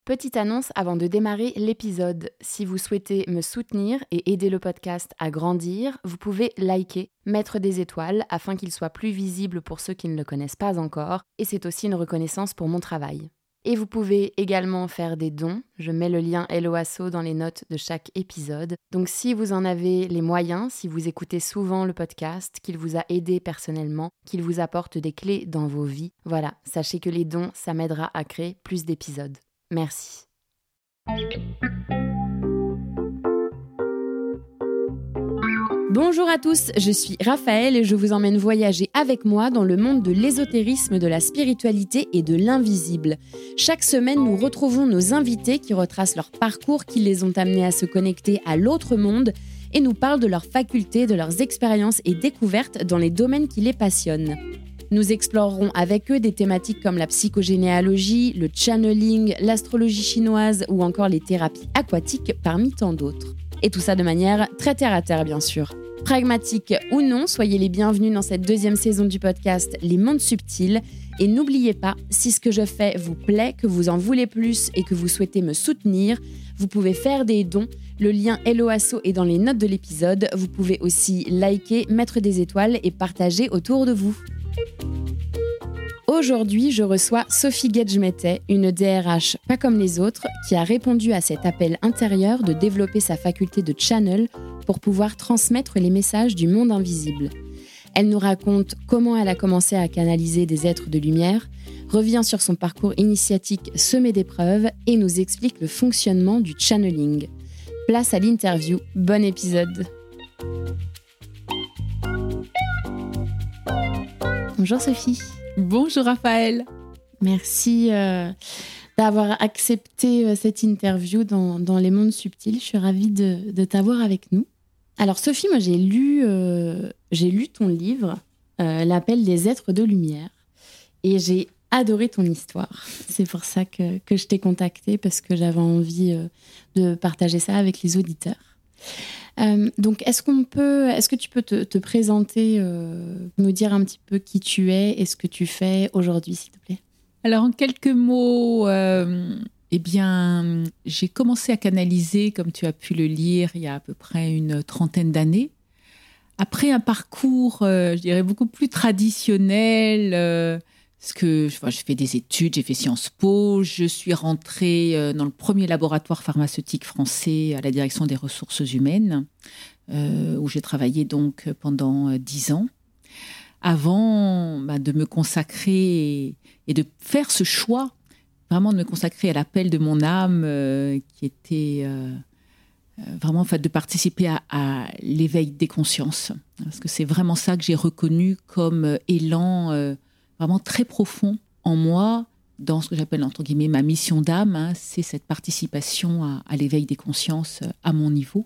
Petite annonce avant de démarrer l'épisode. Si vous souhaitez me soutenir et aider le podcast à grandir, vous pouvez liker, mettre des étoiles afin qu'il soit plus visible pour ceux qui ne le connaissent pas encore, et c'est aussi une reconnaissance pour mon travail. Et vous pouvez également faire des dons, je mets le lien Hello Asso dans les notes de chaque épisode. Donc si vous en avez les moyens, si vous écoutez souvent le podcast, qu'il vous a aidé personnellement, qu'il vous apporte des clés dans vos vies, voilà, sachez que les dons, ça m'aidera à créer plus d'épisodes. Merci. Bonjour à tous, je suis Raphaël et je vous emmène voyager avec moi dans le monde de l'ésotérisme, de la spiritualité et de l'invisible. Chaque semaine, nous retrouvons nos invités qui retracent leur parcours, qui les ont amenés à se connecter à l'autre monde et nous parlent de leurs facultés, de leurs expériences et découvertes dans les domaines qui les passionnent. Nous explorerons avec eux des thématiques comme la psychogénéalogie, le channeling, l'astrologie chinoise ou encore les thérapies aquatiques parmi tant d'autres. Et tout ça de manière très terre-à-terre bien sûr. Pragmatique ou non, soyez les bienvenus dans cette deuxième saison du podcast Les Mondes Subtils. Et n'oubliez pas, si ce que je fais vous plaît, que vous en voulez plus et que vous souhaitez me soutenir, vous pouvez faire des dons. Le lien Hello Asso est dans les notes de l'épisode. Vous pouvez aussi liker, mettre des étoiles et partager autour de vous. Aujourd'hui, je reçois Sophie Gedjmetet, une DRH pas comme les autres, qui a répondu à cet appel intérieur de développer sa faculté de channel pour pouvoir transmettre les messages du monde invisible. Elle nous raconte comment elle a commencé à canaliser des êtres de lumière, revient sur son parcours initiatique semé d'épreuves et nous explique le fonctionnement du channeling. Place à l'interview, bon épisode. Bonjour Sophie. Bonjour Raphaël. Merci d'avoir accepté cette interview dans Les Mondes Subtils. Je suis ravie de t'avoir avec nous. Alors Sophie, moi j'ai lu ton livre, L'appel des êtres de lumière, et j'ai adoré ton histoire. C'est pour ça que je t'ai contactée, parce que j'avais envie de partager ça avec les auditeurs. Donc, est-ce que tu peux te présenter, nous dire un petit peu qui tu es et ce que tu fais aujourd'hui, s'il te plaît? Alors, en quelques mots, j'ai commencé à canaliser, comme tu as pu le lire, il y a à peu près une trentaine d'années. Après un parcours, je dirais, beaucoup plus traditionnel, parce que j'ai fait des études, j'ai fait Sciences Po, je suis rentrée dans le premier laboratoire pharmaceutique français à la direction des ressources humaines, où j'ai travaillé donc pendant 10 ans, avant de me consacrer et de faire ce choix, vraiment de me consacrer à l'appel de mon âme, qui était vraiment en fait, de participer à l'éveil des consciences. Parce que c'est vraiment ça que j'ai reconnu comme élan vraiment très profond en moi, dans ce que j'appelle, entre guillemets, ma mission d'âme, c'est cette participation à l'éveil des consciences à mon niveau.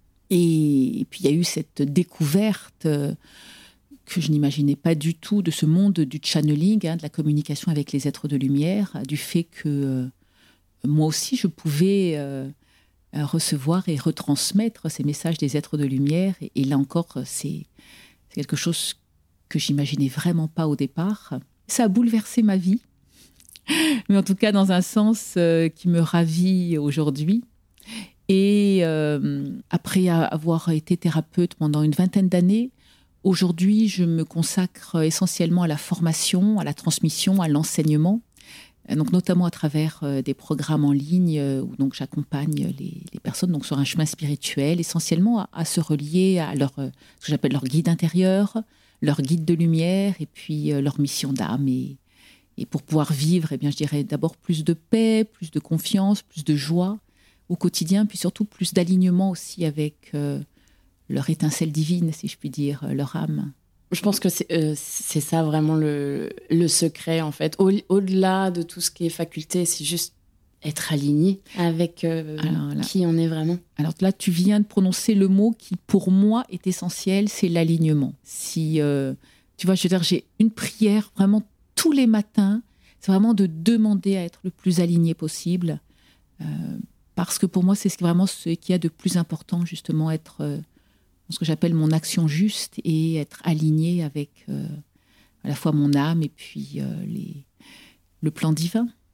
Et puis, il y a eu cette découverte que je n'imaginais pas du tout de ce monde du channeling, de la communication avec les êtres de lumière, du fait que moi aussi, je pouvais recevoir et retransmettre ces messages des êtres de lumière. Et là encore, c'est quelque chose que j'imaginais vraiment pas au départ. Ça a bouleversé ma vie, mais en tout cas dans un sens qui me ravit aujourd'hui. Et après avoir été thérapeute pendant une vingtaine d'années, aujourd'hui je me consacre essentiellement à la formation, à la transmission, à l'enseignement, donc notamment à travers des programmes en ligne où donc j'accompagne les personnes donc sur un chemin spirituel, essentiellement à se relier à ce que j'appelle leur guide intérieur, leur guide de lumière et puis leur mission d'âme. Et pour pouvoir vivre, je dirais d'abord plus de paix, plus de confiance, plus de joie au quotidien, puis surtout plus d'alignement aussi avec leur étincelle divine, si je puis dire, leur âme. Je pense que c'est ça vraiment le secret, en fait. Au-delà de tout ce qui est faculté, c'est juste être aligné avec qui on est vraiment. Alors là, tu viens de prononcer le mot qui, pour moi, est essentiel, c'est l'alignement. Si, tu vois, j'ai une prière vraiment tous les matins, c'est vraiment de demander à être le plus aligné possible, parce que pour moi, c'est vraiment ce qu'il y a de plus important, justement, être ce que j'appelle mon action juste et être aligné avec à la fois mon âme et puis le plan divin.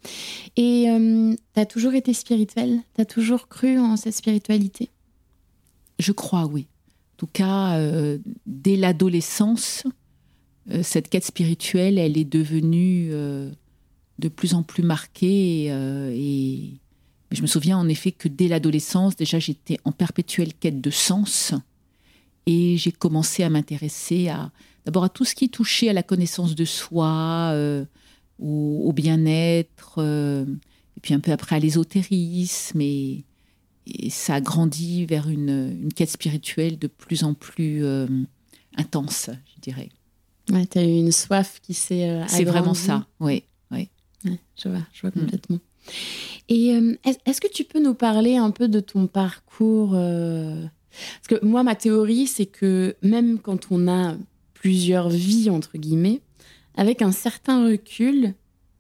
Et t'as toujours été spirituelle? T'as toujours cru en cette spiritualité? Je crois, oui. En tout cas, dès l'adolescence, cette quête spirituelle, elle est devenue de plus en plus marquée. Mais je me souviens en effet que dès l'adolescence, déjà, j'étais en perpétuelle quête de sens. Et j'ai commencé à m'intéresser d'abord à tout ce qui touchait à la connaissance de soi, au bien-être, et puis un peu après à l'ésotérisme. Et ça a grandi vers une quête spirituelle de plus en plus intense, je dirais. Ouais, tu as eu une soif qui s'est agrandie. C'est vraiment ça, oui. Ouais, je vois complètement. Et est-ce que tu peux nous parler un peu de ton parcours Parce que moi, ma théorie, c'est que même quand on a plusieurs vies, entre guillemets, avec un certain recul,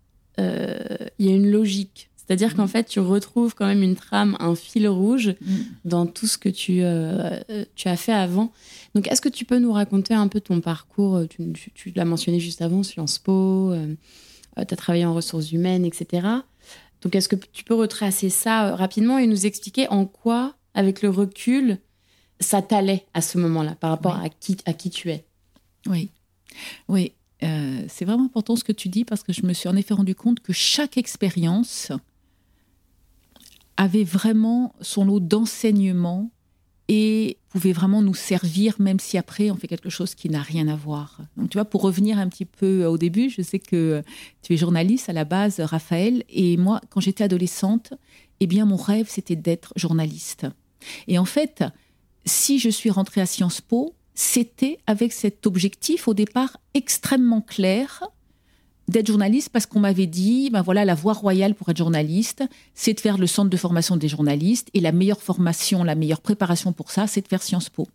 il y a une logique. C'est-à-dire qu'en fait, tu retrouves quand même une trame, un fil rouge dans tout ce que tu as fait avant. Donc, est-ce que tu peux nous raconter un peu ton parcours? Tu l'as mentionné juste avant, Sciences Po, tu as travaillé en ressources humaines, etc. Donc, est-ce que tu peux retracer ça rapidement et nous expliquer en quoi, avec le recul, ça t'allait à ce moment-là, par rapport à qui tu es? Oui. C'est vraiment important ce que tu dis, parce que je me suis en effet rendu compte que chaque expérience avait vraiment son lot d'enseignements et pouvait vraiment nous servir, même si après on fait quelque chose qui n'a rien à voir. Donc tu vois, pour revenir un petit peu au début, je sais que tu es journaliste à la base, Raphaël, et moi, quand j'étais adolescente, eh bien mon rêve, c'était d'être journaliste. Et en fait, si je suis rentrée à Sciences Po, c'était avec cet objectif au départ extrêmement clair d'être journaliste, parce qu'on m'avait dit, ben voilà, la voie royale pour être journaliste, c'est de faire le centre de formation des journalistes, et la meilleure formation, la meilleure préparation pour ça, c'est de faire Sciences Po.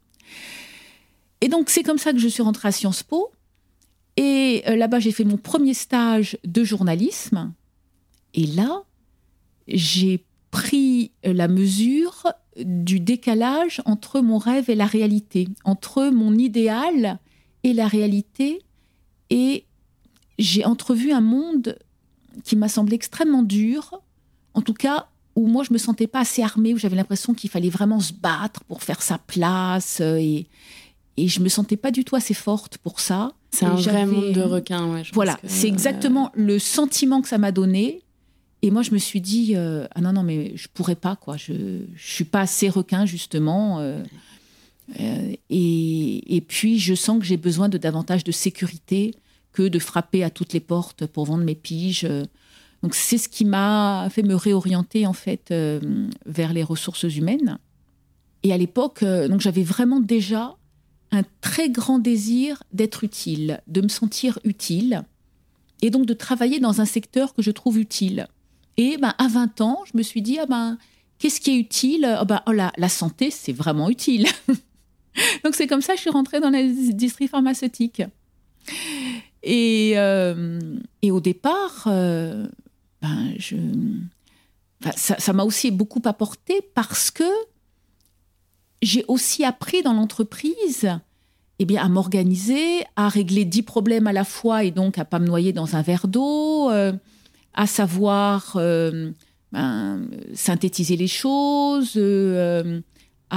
Et donc, c'est comme ça que je suis rentrée à Sciences Po, et là-bas, j'ai fait mon premier stage de journalisme, et là, j'ai pris la mesure du décalage entre mon rêve et la réalité, entre mon idéal et la réalité, et j'ai entrevu un monde qui m'a semblé extrêmement dur, en tout cas où moi je me sentais pas assez armée, où j'avais l'impression qu'il fallait vraiment se battre pour faire sa place, et je me sentais pas du tout assez forte pour ça. C'est un vrai monde de requins, ouais. Voilà, c'est exactement le sentiment que ça m'a donné. Et moi, je me suis dit, ah non, mais je pourrais pas, quoi. Je suis pas assez requin, justement. Et puis, je sens que j'ai besoin de davantage de sécurité que de frapper à toutes les portes pour vendre mes piges. Donc, c'est ce qui m'a fait me réorienter, en fait, vers les ressources humaines. Et à l'époque, donc, j'avais vraiment déjà un très grand désir d'être utile, de me sentir utile, et donc de travailler dans un secteur que je trouve utile. Et à 20 ans, je me suis dit, qu'est-ce qui est utile? La santé, c'est vraiment utile. Donc c'est comme ça que je suis rentrée dans l'industrie pharmaceutique. Et au départ, ça m'a aussi beaucoup apporté, parce que j'ai aussi appris dans l'entreprise à m'organiser, à régler 10 problèmes à la fois, et donc à pas me noyer dans un verre d'eau, à savoir synthétiser les choses, il y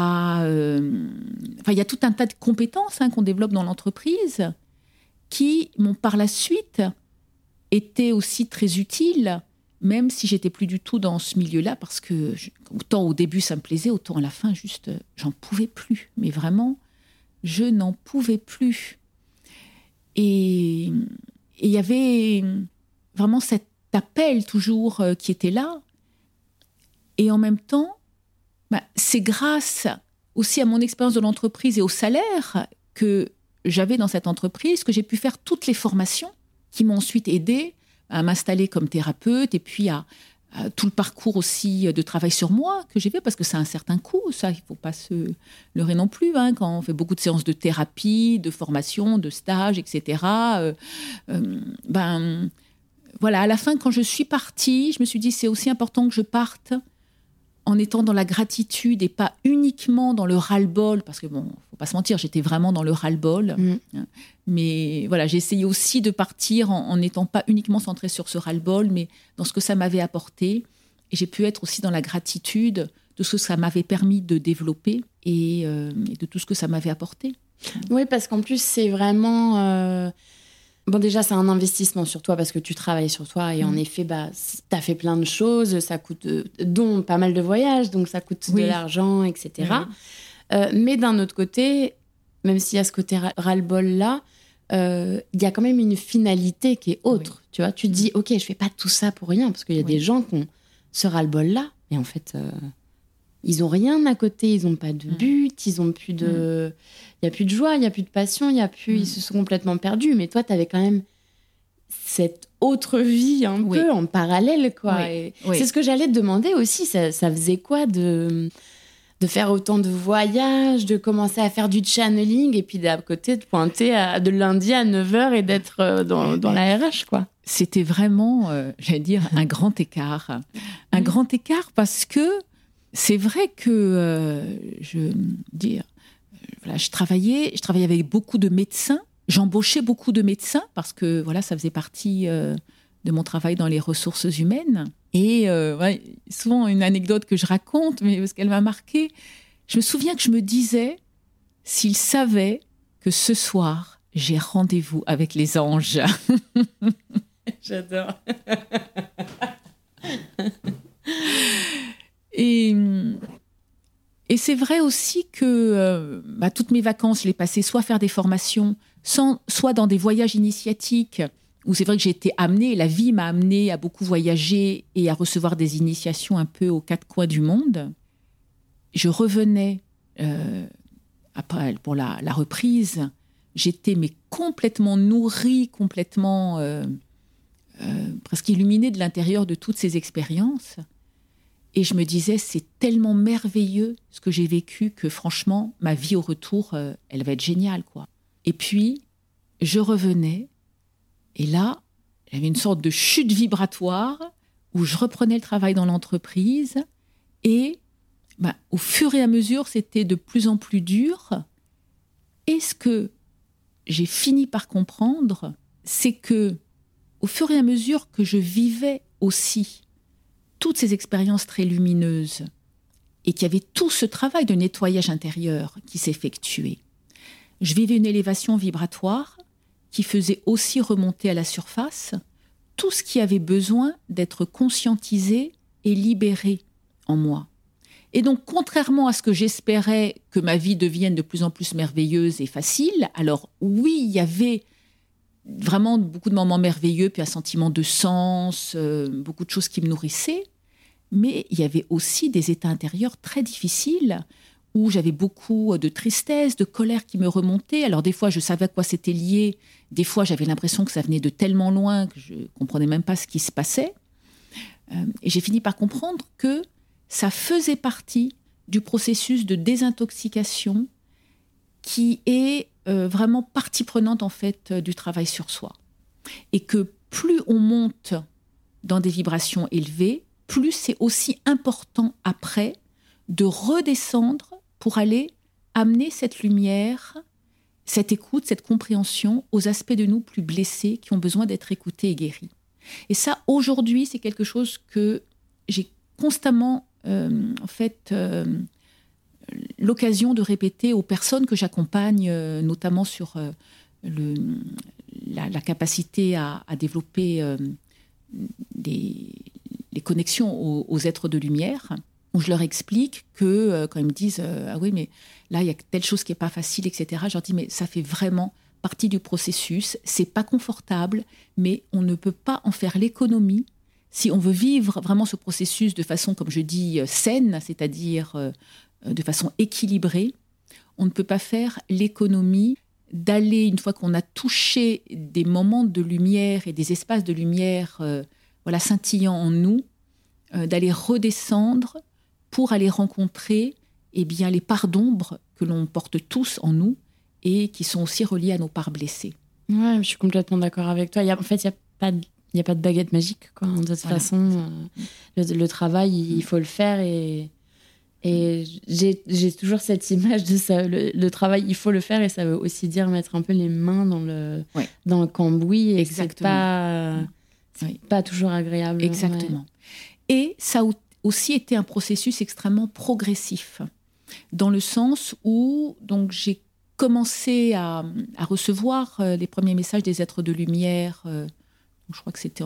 a tout un tas de compétences qu'on développe dans l'entreprise qui m'ont par la suite été aussi très utiles, même si j'étais plus du tout dans ce milieu-là, parce que autant au début ça me plaisait, autant à la fin, juste, j'en pouvais plus. Mais vraiment, je n'en pouvais plus. Et il y avait vraiment cet appel toujours qui était là. Et en même temps, c'est grâce aussi à mon expérience de l'entreprise et au salaire que j'avais dans cette entreprise que j'ai pu faire toutes les formations qui m'ont ensuite aidée à m'installer comme thérapeute, et puis à tout le parcours aussi de travail sur moi que j'ai fait, parce que ça a un certain coût, ça, il ne faut pas se leurrer non plus, quand on fait beaucoup de séances de thérapie, de formation, de stage, etc. Voilà, à la fin, quand je suis partie, je me suis dit, c'est aussi important que je parte en étant dans la gratitude et pas uniquement dans le ras-le-bol, parce que bon, faut pas se mentir, j'étais vraiment dans le ras-le-bol. Mais voilà, j'ai essayé aussi de partir en n'étant pas uniquement centrée sur ce ras-le-bol, mais dans ce que ça m'avait apporté. Et j'ai pu être aussi dans la gratitude de ce que ça m'avait permis de développer et de tout ce que ça m'avait apporté. Oui, parce qu'en plus, c'est vraiment... Bon, déjà, c'est un investissement sur toi parce que tu travailles sur toi et en effet, tu as fait plein de choses, ça coûte, dont pas mal de voyages, donc ça coûte de l'argent, etc. Mais d'un autre côté, même s'il y a ce côté ras-le-bol-là, il y a quand même une finalité qui est autre. Tu vois, tu te dis, OK, je fais pas tout ça pour rien parce qu'il y a des gens qui ont ce ras-le-bol-là et en fait... ils ont rien à côté, ils ont pas de but, ils ont plus de... Il y a plus de joie, il y a plus de passion, ils se sont complètement perdus. Mais toi, tu avais quand même cette autre vie un peu en parallèle, quoi. Et c'est ce que j'allais te demander aussi. Ça faisait quoi de faire autant de voyages, de commencer à faire du channeling et puis d'à côté de pointer de lundi à 9h et d'être dans la RH, quoi. C'était vraiment, j'allais dire, un grand écart. Un grand écart parce que c'est vrai que je travaillais avec beaucoup de médecins. J'embauchais beaucoup de médecins parce que voilà, ça faisait partie de mon travail dans les ressources humaines. Et souvent, une anecdote que je raconte, mais parce qu'elle m'a marquée, je me souviens que je me disais, s'ils savaient que ce soir, j'ai rendez-vous avec les anges. J'adore. Et c'est vrai aussi que toutes mes vacances, je les passais soit à faire des formations, soit dans des voyages initiatiques, où c'est vrai que j'ai été amenée, la vie m'a amenée à beaucoup voyager et à recevoir des initiations un peu aux quatre coins du monde. Je revenais après, pour la reprise, j'étais complètement nourrie, complètement presque illuminée de l'intérieur de toutes ces expériences. Et je me disais, c'est tellement merveilleux ce que j'ai vécu que franchement, ma vie au retour, elle va être géniale, quoi. Et puis, je revenais et là, j'avais une sorte de chute vibratoire où je reprenais le travail dans l'entreprise et au fur et à mesure, c'était de plus en plus dur. Et ce que j'ai fini par comprendre, c'est que au fur et à mesure que je vivais aussi toutes ces expériences très lumineuses et qu'il y avait tout ce travail de nettoyage intérieur qui s'effectuait, je vivais une élévation vibratoire qui faisait aussi remonter à la surface tout ce qui avait besoin d'être conscientisé et libéré en moi. Et donc, contrairement à ce que j'espérais que ma vie devienne de plus en plus merveilleuse et facile, alors oui, il y avait vraiment beaucoup de moments merveilleux, puis un sentiment de sens, beaucoup de choses qui me nourrissaient. Mais il y avait aussi des états intérieurs très difficiles où j'avais beaucoup de tristesse, de colère qui me remontaient. Alors des fois, je savais à quoi c'était lié. Des fois, j'avais l'impression que ça venait de tellement loin que je ne comprenais même pas ce qui se passait. Et j'ai fini par comprendre que ça faisait partie du processus de désintoxication qui est vraiment partie prenante en fait du travail sur soi. Et que plus on monte dans des vibrations élevées, plus c'est aussi important après de redescendre pour aller amener cette lumière, cette écoute, cette compréhension aux aspects de nous plus blessés qui ont besoin d'être écoutés et guéris. Et ça, aujourd'hui, c'est quelque chose que j'ai constamment l'occasion de répéter aux personnes que j'accompagne, notamment sur la capacité à développer les connexions aux êtres de lumière, où je leur explique que quand ils me disent ah oui, mais là, il y a telle chose qui n'est pas facile, etc., je leur dis mais ça fait vraiment partie du processus, c'est pas confortable, mais on ne peut pas en faire l'économie si on veut vivre vraiment ce processus de façon, comme je dis, saine, c'est-à-dire de façon équilibrée. On ne peut pas faire l'économie d'aller, une fois qu'on a touché des moments de lumière et des espaces de lumière scintillants en nous, d'aller redescendre pour aller rencontrer les parts d'ombre que l'on porte tous en nous et qui sont aussi reliées à nos parts blessées. Ouais, je suis complètement d'accord avec toi. Il n'y a Il n'y a pas de baguette magique, quoi. De toute façon, le travail, il faut le faire. Et j'ai toujours cette image de ça. Le travail, il faut le faire. Et ça veut aussi dire mettre un peu les mains dans le cambouis. Et c'est pas toujours agréable. Exactement. Ouais. Et ça a aussi été un processus extrêmement progressif. Dans le sens où donc, j'ai commencé à recevoir les premiers messages des êtres de lumière. Je crois que c'était en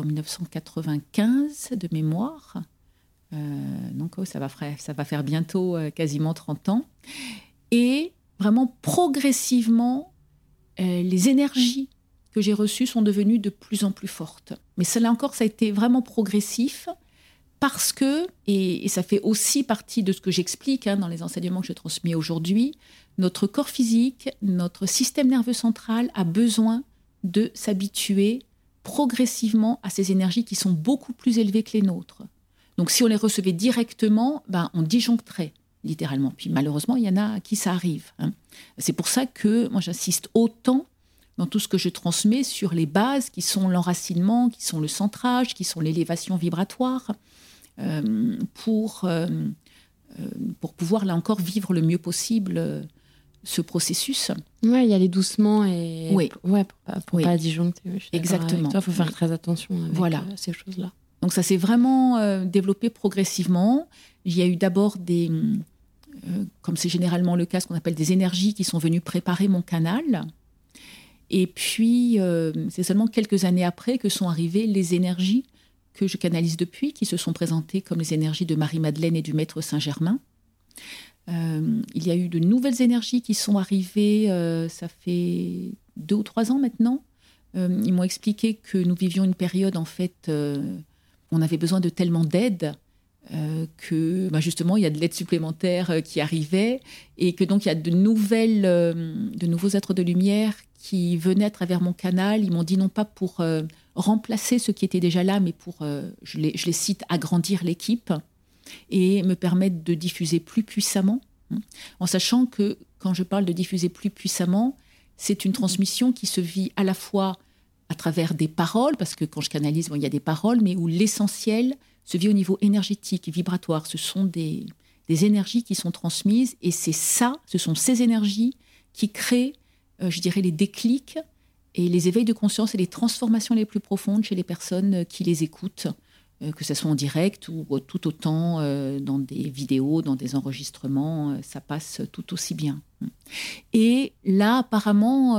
1995 de mémoire. Donc ça va faire bientôt quasiment 30 ans. Et vraiment progressivement, les énergies que j'ai reçues sont devenues de plus en plus fortes. Mais cela encore, ça a été vraiment progressif parce que, et ça fait aussi partie de ce que j'explique dans les enseignements que je transmets aujourd'hui, notre corps physique, notre système nerveux central a besoin de s'habituer progressivement à ces énergies qui sont beaucoup plus élevées que les nôtres. Donc si on les recevait directement, on disjoncterait littéralement. Puis malheureusement, il y en a à qui ça arrive. C'est pour ça que moi j'insiste autant dans tout ce que je transmets sur les bases qui sont l'enracinement, qui sont le centrage, qui sont l'élévation vibratoire, pour pouvoir là encore vivre le mieux possible ce processus. Oui, y aller doucement et pour pas disjoncter. Exactement. Il faut faire très attention avec ces choses-là. Donc ça s'est vraiment développé progressivement. Il y a eu d'abord comme c'est généralement le cas, ce qu'on appelle des énergies qui sont venues préparer mon canal. Et puis, c'est seulement quelques années après que sont arrivées les énergies que je canalise depuis, qui se sont présentées comme les énergies de Marie-Madeleine et du Maître Saint-Germain. Il y a eu de nouvelles énergies qui sont arrivées, ça fait 2 ou 3 ans maintenant. Ils m'ont expliqué que nous vivions une période, en fait, on avait besoin de tellement d'aide que justement, il y a de l'aide supplémentaire qui arrivait et que donc il y a de nouveaux êtres de lumière qui venaient à travers mon canal. Ils m'ont dit non pas pour remplacer ceux qui étaient déjà là, mais pour, je les cite, agrandir l'équipe et me permettre de diffuser plus puissamment, en sachant que quand je parle de diffuser plus puissamment, c'est une transmission qui se vit à la fois à travers des paroles, parce que quand je canalise, il y a des paroles, mais où l'essentiel se vit au niveau énergétique, vibratoire. Ce sont des énergies qui sont transmises, et ce sont ces énergies qui créent, je dirais, les déclics et les éveils de conscience et les transformations les plus profondes chez les personnes qui les écoutent, que ce soit en direct ou tout autant dans des vidéos, dans des enregistrements, ça passe tout aussi bien. Et là, apparemment,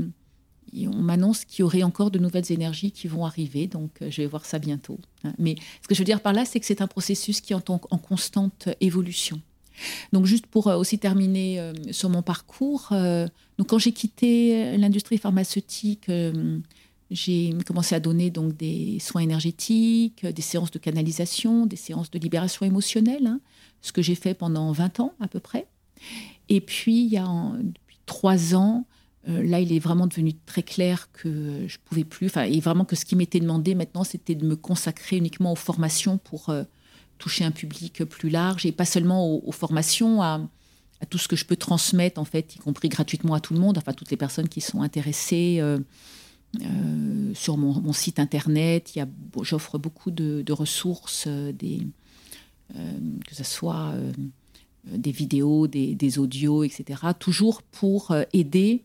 on m'annonce qu'il y aurait encore de nouvelles énergies qui vont arriver, donc je vais voir ça bientôt. Mais ce que je veux dire par là, c'est que c'est un processus qui est en constante évolution. Donc juste pour aussi terminer sur mon parcours, donc quand j'ai quitté l'industrie pharmaceutique, j'ai commencé à donner donc des soins énergétiques, des séances de canalisation, des séances de libération émotionnelle, ce que j'ai fait pendant 20 ans à peu près. Et puis, depuis 3 ans, là, il est vraiment devenu très clair que je ne pouvais plus, et vraiment que ce qui m'était demandé maintenant, c'était de me consacrer uniquement aux formations pour toucher un public plus large, et pas seulement aux formations, à tout ce que je peux transmettre, en fait, y compris gratuitement à tout le monde, enfin, toutes les personnes qui sont intéressées. Sur mon site internet, j'offre beaucoup de ressources, que ce soit des vidéos, des audios, etc. Toujours pour aider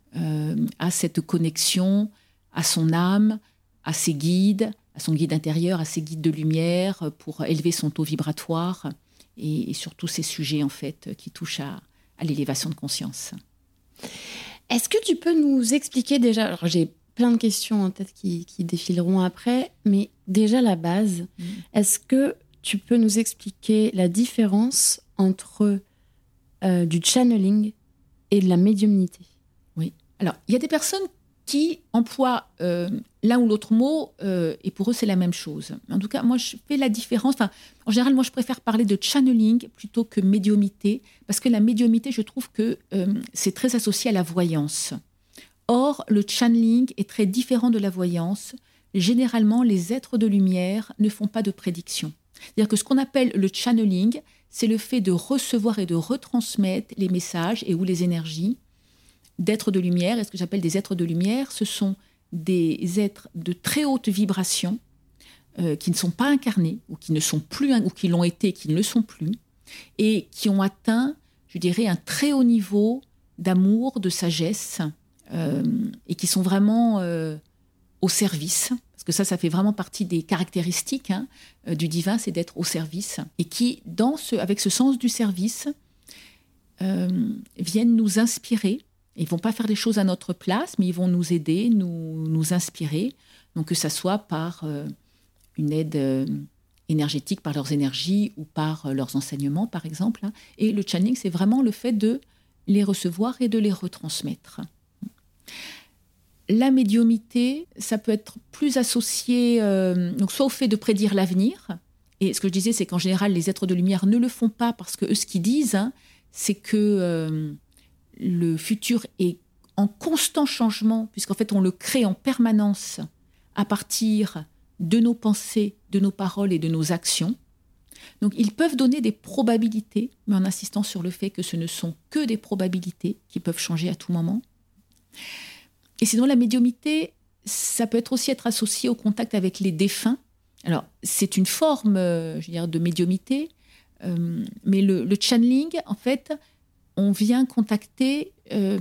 à cette connexion à son âme, à ses guides, à son guide intérieur, à ses guides de lumière, pour élever son taux vibratoire et surtout ces sujets en fait qui touchent à l'élévation de conscience. Est-ce que tu peux nous expliquer déjà, alors j'ai plein de questions en tête qui défileront après, mais déjà la base, est-ce que tu peux nous expliquer la différence entre du channeling et de la médiumnité? Oui. Alors, il y a des personnes qui emploient l'un ou l'autre mot, et pour eux, c'est la même chose. En tout cas, moi, je fais la différence. En général, moi, je préfère parler de channeling plutôt que médiumité, parce que la médiumité, je trouve que c'est très associé à la voyance. Or, le channeling est très différent de la voyance. Généralement, les êtres de lumière ne font pas de prédiction. C'est-à-dire que ce qu'on appelle le channeling, c'est le fait de recevoir et de retransmettre les messages et ou les énergies d'êtres de lumière. Et ce que j'appelle des êtres de lumière, ce sont des êtres de très haute vibration qui ne sont pas incarnés, ou qui ne sont plus, ou qui l'ont été, qui ne le sont plus, et qui ont atteint, je dirais, un très haut niveau d'amour, de sagesse, et qui sont vraiment au service, parce que ça fait vraiment partie des caractéristiques du divin, c'est d'être au service, et qui, avec ce sens du service, viennent nous inspirer. Ils ne vont pas faire les choses à notre place, mais ils vont nous aider, nous inspirer, donc que ça soit par une aide énergétique, par leurs énergies ou par leurs enseignements, par exemple. Et le channeling, c'est vraiment le fait de les recevoir et de les retransmettre. La médiumnité, ça peut être plus associé donc soit au fait de prédire l'avenir, et ce que je disais, c'est qu'en général, les êtres de lumière ne le font pas parce que eux, ce qu'ils disent, c'est que le futur est en constant changement, puisqu'en fait, on le crée en permanence à partir de nos pensées, de nos paroles et de nos actions. Donc, ils peuvent donner des probabilités, mais en insistant sur le fait que ce ne sont que des probabilités qui peuvent changer à tout moment. Et sinon, la médiumnité, ça peut aussi être associé au contact avec les défunts. Alors, c'est une forme, de médiumité, mais le channeling, en fait, on vient contacter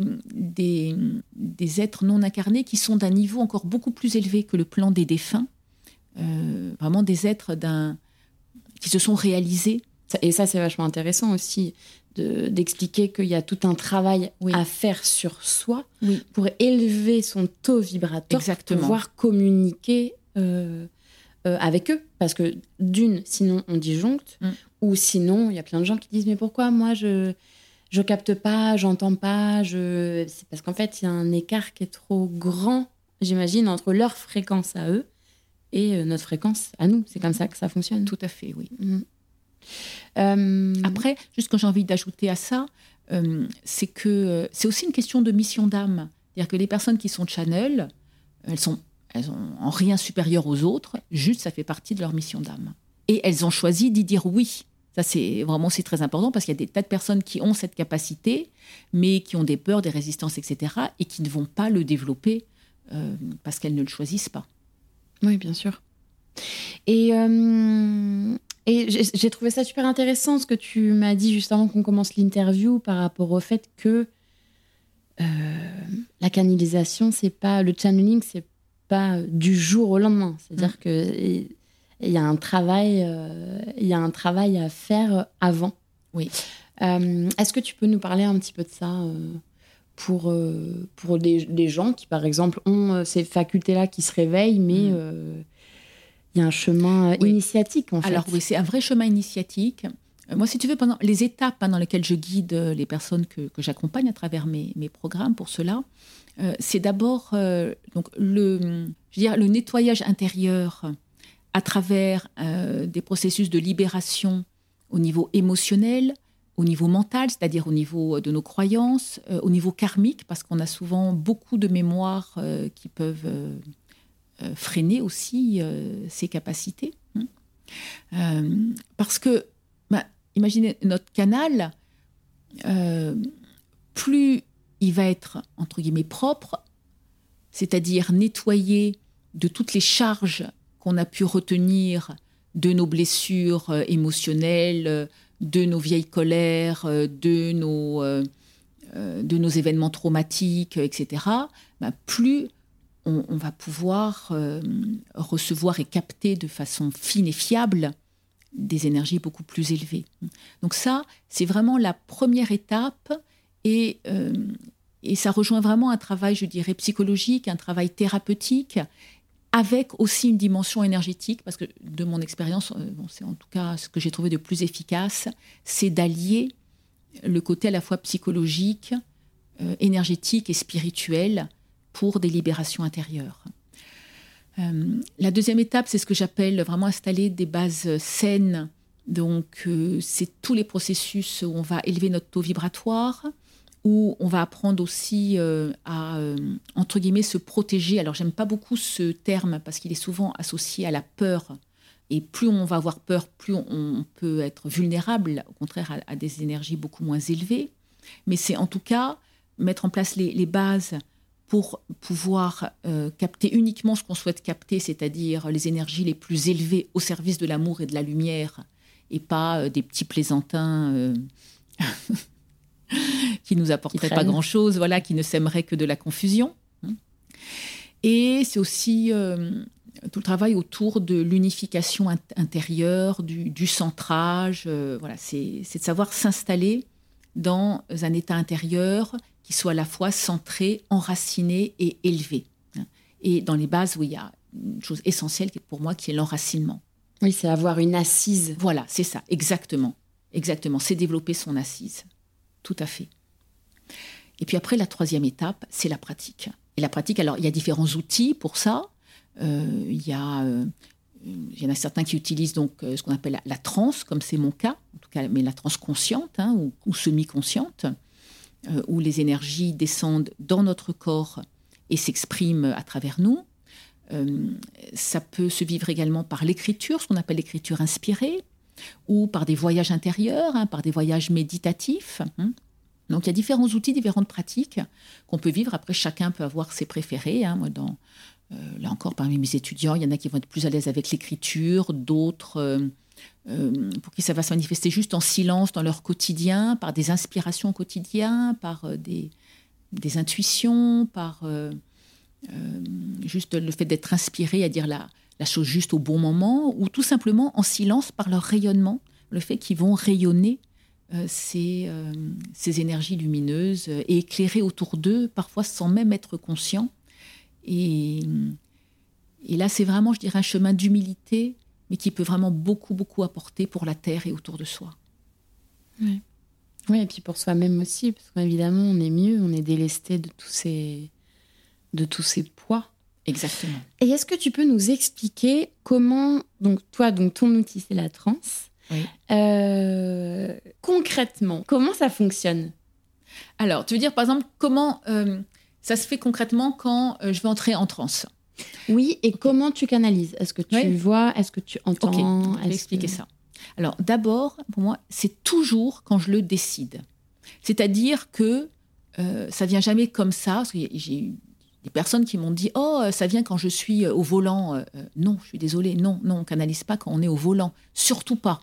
des êtres non incarnés qui sont d'un niveau encore beaucoup plus élevé que le plan des défunts. Vraiment des êtres qui se sont réalisés. Et ça, c'est vachement intéressant aussi d'expliquer qu'il y a tout un travail à faire sur soi pour élever son taux vibratoire. Exactement. Pour pouvoir communiquer avec eux. Parce que sinon on disjoncte, ou sinon il y a plein de gens qui disent « Mais pourquoi moi je capte pas, j'entends pas ?» C'est parce qu'en fait, il y a un écart qui est trop grand, j'imagine, entre leur fréquence à eux et notre fréquence à nous. C'est comme ça que ça fonctionne. Tout à fait, oui. Après, juste ce que j'ai envie d'ajouter à ça, c'est que c'est aussi une question de mission d'âme. C'est-à-dire que les personnes qui sont channel, elles sont en rien supérieures aux autres, juste ça fait partie de leur mission d'âme. Et elles ont choisi d'y dire oui. Ça, c'est vraiment aussi très important parce qu'il y a des tas de personnes qui ont cette capacité, mais qui ont des peurs, des résistances, etc., et qui ne vont pas le parce qu'elles ne le choisissent pas. Oui, bien sûr. Et j'ai trouvé ça super intéressant ce que tu m'as dit juste avant qu'on commence l'interview par rapport au fait que la canalisation, le channeling, c'est pas du jour au lendemain. C'est-à-dire qu'il y a un travail à faire avant. Oui. Est-ce que tu peux nous parler un petit peu de ça pour des gens qui, par exemple, ont ces facultés-là qui se réveillent, mais il y a un chemin initiatique, en fait. Alors oui, c'est un vrai chemin initiatique. Moi, si tu veux, pendant les étapes dans lesquelles je guide les personnes que j'accompagne à travers mes programmes pour cela, c'est d'abord le nettoyage intérieur à travers des processus de libération au niveau émotionnel, au niveau mental, c'est-à-dire au niveau de nos croyances, au niveau karmique, parce qu'on a souvent beaucoup de mémoires qui peuvent freiner aussi ces capacités. Parce que, imaginez notre canal, plus il va être, entre guillemets, propre, c'est-à-dire nettoyé de toutes les charges qu'on a pu retenir de nos blessures émotionnelles, de nos vieilles colères, de nos événements traumatiques, etc., plus on va pouvoir recevoir et capter de façon fine et fiable des énergies beaucoup plus élevées. Donc ça, c'est vraiment la première étape et ça rejoint vraiment un travail, je dirais, psychologique, un travail thérapeutique, avec aussi une dimension énergétique, parce que de mon expérience, c'est en tout cas ce que j'ai trouvé de plus efficace, c'est d'allier le côté à la fois psychologique, énergétique et spirituel pour des libérations intérieures. La deuxième étape, c'est ce que j'appelle vraiment installer des bases saines. Donc, c'est tous les processus où on va élever notre taux vibratoire, où on va apprendre aussi à, entre guillemets, se protéger. Alors, j'aime pas beaucoup ce terme parce qu'il est souvent associé à la peur. Et plus on va avoir peur, plus on peut être vulnérable, au contraire, à des énergies beaucoup moins élevées. Mais c'est en tout cas mettre en place les bases pour pouvoir capter uniquement ce qu'on souhaite capter, c'est-à-dire les énergies les plus élevées au service de l'amour et de la lumière, et pas des petits plaisantins qui nous apporteraient pas grand-chose, voilà, qui ne sèmeraient que de la confusion. Et c'est aussi tout le travail autour de l'unification intérieure, du centrage. Voilà, c'est de savoir s'installer dans un état intérieur qui soit à la fois centré, enraciné et élevé. Et dans les bases, oui, il y a une chose essentielle pour moi qui est l'enracinement. Oui, c'est avoir une assise. Voilà, c'est ça, exactement. Exactement, c'est développer son assise. Tout à fait. Et puis après, la troisième étape, c'est la pratique. Et la pratique, alors, il y a différents outils pour ça. Il y en a certains qui utilisent donc ce qu'on appelle la transe, comme c'est mon cas, en tout cas, mais la transe consciente ou semi-consciente, où les énergies descendent dans notre corps et s'expriment à travers nous. Ça peut se vivre également par l'écriture, ce qu'on appelle l'écriture inspirée, ou par des voyages intérieurs, par des voyages méditatifs. Donc, il y a différents outils, différentes pratiques qu'on peut vivre. Après, chacun peut avoir ses préférés. Moi, là encore, parmi mes étudiants, il y en a qui vont être plus à l'aise avec l'écriture, d'autres pour qui ça va se manifester juste en silence dans leur quotidien, par des inspirations au quotidien, par des intuitions, par juste le fait d'être inspiré à dire la chose juste au bon moment, ou tout simplement en silence par leur rayonnement, le fait qu'ils vont rayonner ces énergies lumineuses et éclairer autour d'eux, parfois sans même être conscients. Et là, c'est vraiment, je dirais, un chemin d'humilité, mais qui peut vraiment beaucoup, beaucoup apporter pour la Terre et autour de soi. Oui, et puis pour soi-même aussi, parce qu'évidemment, on est mieux, on est délesté de tous ces poids. Exactement. Et est-ce que tu peux nous expliquer comment, donc ton outil, c'est la transe. Oui. Concrètement, comment ça fonctionne ? Alors, tu veux dire, par exemple, comment ça se fait concrètement quand je vais entrer en transe ? Oui, et comment tu canalises ? Est-ce que tu vois ? Est-ce que tu entends ? Je vais expliquer ça. Alors, d'abord, pour moi, c'est toujours quand je le décide. C'est-à-dire que ça vient jamais comme ça. Parce que j'ai eu des personnes qui m'ont dit « Oh, ça vient quand je suis au volant. » Non, je suis désolée. Non, on ne canalise pas quand on est au volant. Surtout pas.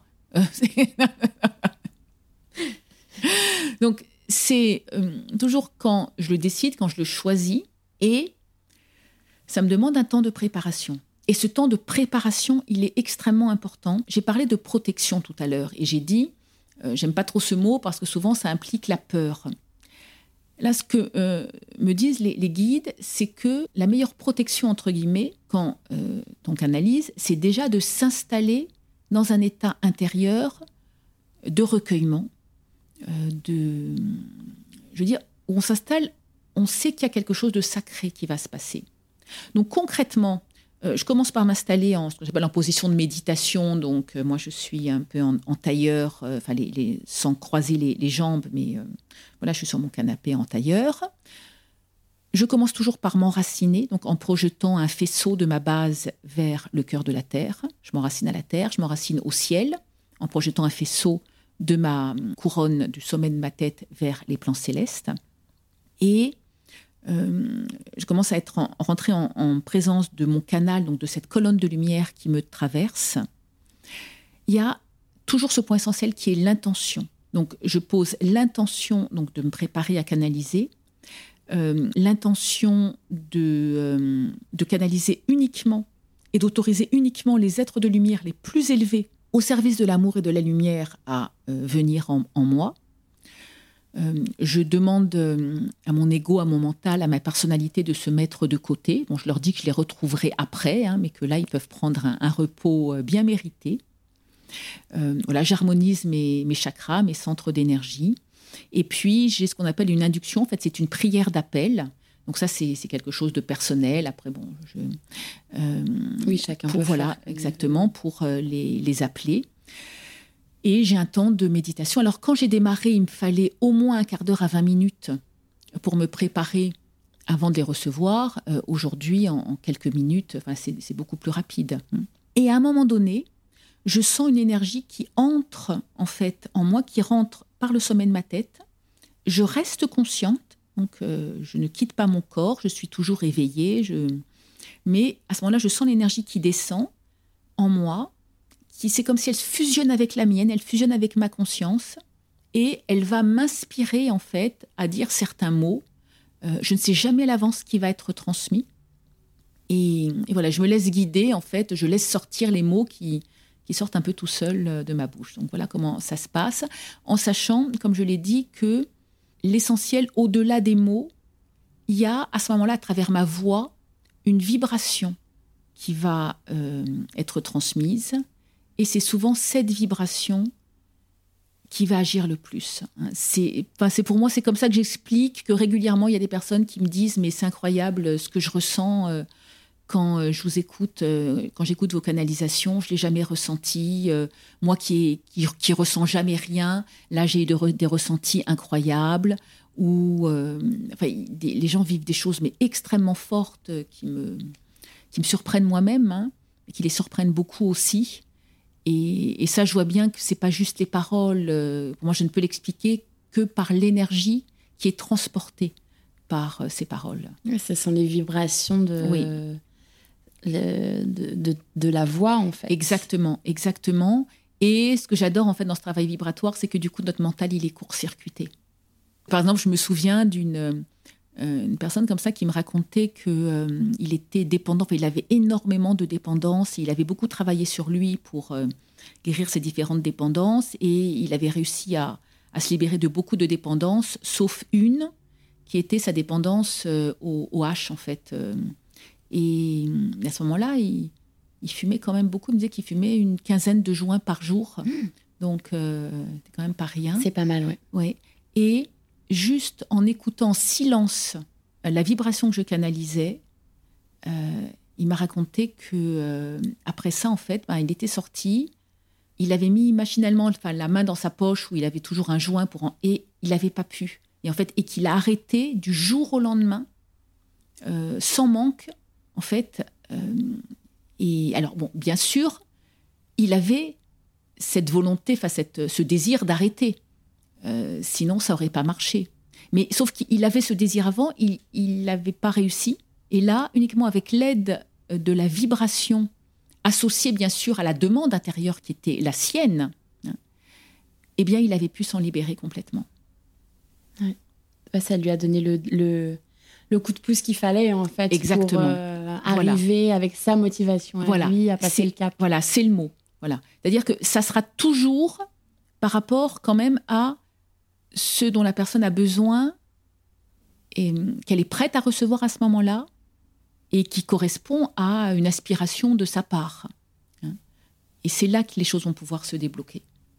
Donc, c'est toujours quand je le décide, quand je le choisis, et ça me demande un temps de préparation. Et ce temps de préparation, il est extrêmement important. J'ai parlé de protection tout à l'heure, et j'ai dit, j'aime pas trop ce mot parce que souvent ça implique la peur. Là, ce que me disent les guides, c'est que la meilleure protection, entre guillemets, quand on canalise, c'est déjà de s'installer dans un état intérieur de recueillement, je veux dire, où on s'installe, on sait qu'il y a quelque chose de sacré qui va se passer. Donc concrètement, je commence par m'installer ce que j'appelle en position de méditation. Donc moi, je suis un peu en tailleur, sans croiser les jambes, mais voilà, je suis sur mon canapé en tailleur. Je commence toujours par m'enraciner, donc en projetant un faisceau de ma base vers le cœur de la Terre. Je m'enracine à la Terre, je m'enracine au ciel, en projetant un faisceau de ma couronne, du sommet de ma tête vers les plans célestes. Et je commence à rentrer en présence de mon canal, donc de cette colonne de lumière qui me traverse. Il y a toujours ce point essentiel qui est l'intention. Donc, je pose l'intention donc, de me préparer à canaliser, l'intention de canaliser uniquement et d'autoriser uniquement les êtres de lumière les plus élevés au service de l'amour et de la lumière à venir en moi. Je demande à mon ego, à mon mental, à ma personnalité de se mettre de côté. Bon, je leur dis que je les retrouverai après, mais que là, ils peuvent prendre un repos bien mérité. Voilà, j'harmonise mes chakras, mes centres d'énergie. Et puis, j'ai ce qu'on appelle une induction. En fait, c'est une prière d'appel. Donc ça, c'est quelque chose de personnel. Après, bon, oui, chacun peut voilà, faire. Exactement, pour les appeler. Et j'ai un temps de méditation. Alors, quand j'ai démarré, il me fallait au moins un quart d'heure à 20 minutes pour me préparer avant de les recevoir. Aujourd'hui, en quelques minutes, c'est beaucoup plus rapide. Et à un moment donné, je sens une énergie qui entre en fait en moi, qui rentre par le sommet de ma tête. Je reste consciente Donc, je ne quitte pas mon corps, je suis toujours éveillée. Mais à ce moment-là, je sens l'énergie qui descend en moi, c'est comme si elle fusionne avec la mienne, elle fusionne avec ma conscience, et elle va m'inspirer, en fait, à dire certains mots. Je ne sais jamais à l'avance ce qui va être transmis. Et voilà, je me laisse guider, en fait, je laisse sortir les mots qui sortent un peu tout seuls de ma bouche. Donc voilà comment ça se passe, en sachant, comme je l'ai dit, que l'essentiel, au-delà des mots, il y a à ce moment-là, à travers ma voix, une vibration qui va être transmise. Et c'est souvent cette vibration qui va agir le plus. Pour moi, c'est comme ça que j'explique que régulièrement, il y a des personnes qui me disent « mais c'est incroyable ce que je ressens quand je vous écoute, quand j'écoute vos canalisations, je ne l'ai jamais ressenti. Moi qui ressens jamais rien, là j'ai eu des ressentis incroyables. » Les gens vivent des choses mais extrêmement fortes qui me surprennent moi-même, et qui les surprennent beaucoup aussi. Et ça, je vois bien que c'est pas juste les paroles. Pour moi, je ne peux l'expliquer que par l'énergie qui est transportée par ces paroles. Oui, ce sont les vibrations de la voix, en fait. Exactement. Et ce que j'adore, en fait, dans ce travail vibratoire, c'est que du coup, notre mental, il est court-circuité. Par exemple, je me souviens d'une personne comme ça qui me racontait qu'il était dépendant, il avait énormément de dépendance, il avait beaucoup travaillé sur lui pour guérir ses différentes dépendances, et il avait réussi à se libérer de beaucoup de dépendances, sauf une qui était sa dépendance au H, en fait. Et à ce moment-là, il fumait quand même beaucoup. Il me disait qu'il fumait une 15aine de joints par jour. Donc, c'est quand même pas rien. C'est pas mal, oui. Ouais. Et juste en écoutant en silence la vibration que je canalisais, il m'a raconté que après ça, en fait, il était sorti. Il avait mis machinalement la main dans sa poche où il avait toujours un joint et il n'avait pas pu. Et qu'il a arrêté du jour au lendemain, sans manque, en fait. Et alors, bon, bien sûr, il avait cette volonté, ce désir d'arrêter. Sinon, ça n'aurait pas marché. Mais sauf qu'il avait ce désir avant, il n'avait pas réussi. Et là, uniquement avec l'aide de la vibration, associée bien sûr à la demande intérieure qui était la sienne, eh bien, il avait pu s'en libérer complètement. Ouais. Ça lui a donné le coup de pouce qu'il fallait, en fait. Exactement. Pour arriver avec sa motivation à lui à passer le cap. Voilà, c'est le mot. Voilà. C'est-à-dire que ça sera toujours par rapport quand même à ce dont la personne a besoin et qu'elle est prête à recevoir à ce moment-là et qui correspond à une aspiration de sa part. Et c'est là que les choses vont pouvoir se débloquer.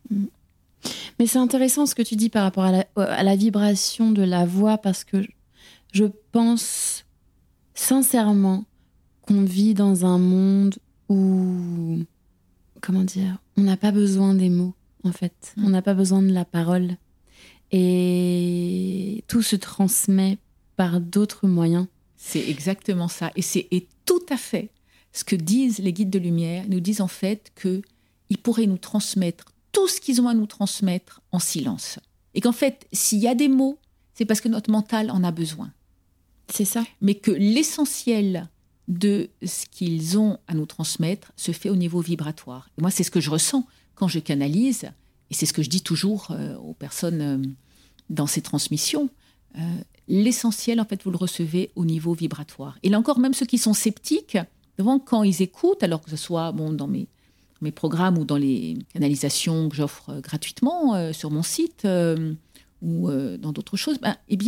Mais c'est intéressant ce que tu dis par rapport à la vibration de la voix, parce que je pense sincèrement qu'on vit dans un monde où, comment dire, on n'a pas besoin des mots, en fait. On n'a pas besoin de la parole. Et tout se transmet par d'autres moyens. C'est exactement ça. Et tout à fait ce que disent les guides de lumière. Ils nous disent en fait qu'ils pourraient nous transmettre tout ce qu'ils ont à nous transmettre en silence. Et qu'en fait, s'il y a des mots, c'est parce que notre mental en a besoin. C'est ça. Mais que l'essentiel de ce qu'ils ont à nous transmettre se fait au niveau vibratoire. Et moi, c'est ce que je ressens quand je canalise. Et c'est ce que je dis toujours aux personnes dans ces transmissions. L'essentiel, en fait, vous le recevez au niveau vibratoire. Et là encore, même ceux qui sont sceptiques, quand ils écoutent, alors que ce soit dans mes programmes ou dans les canalisations que j'offre gratuitement sur mon site ou dans d'autres choses,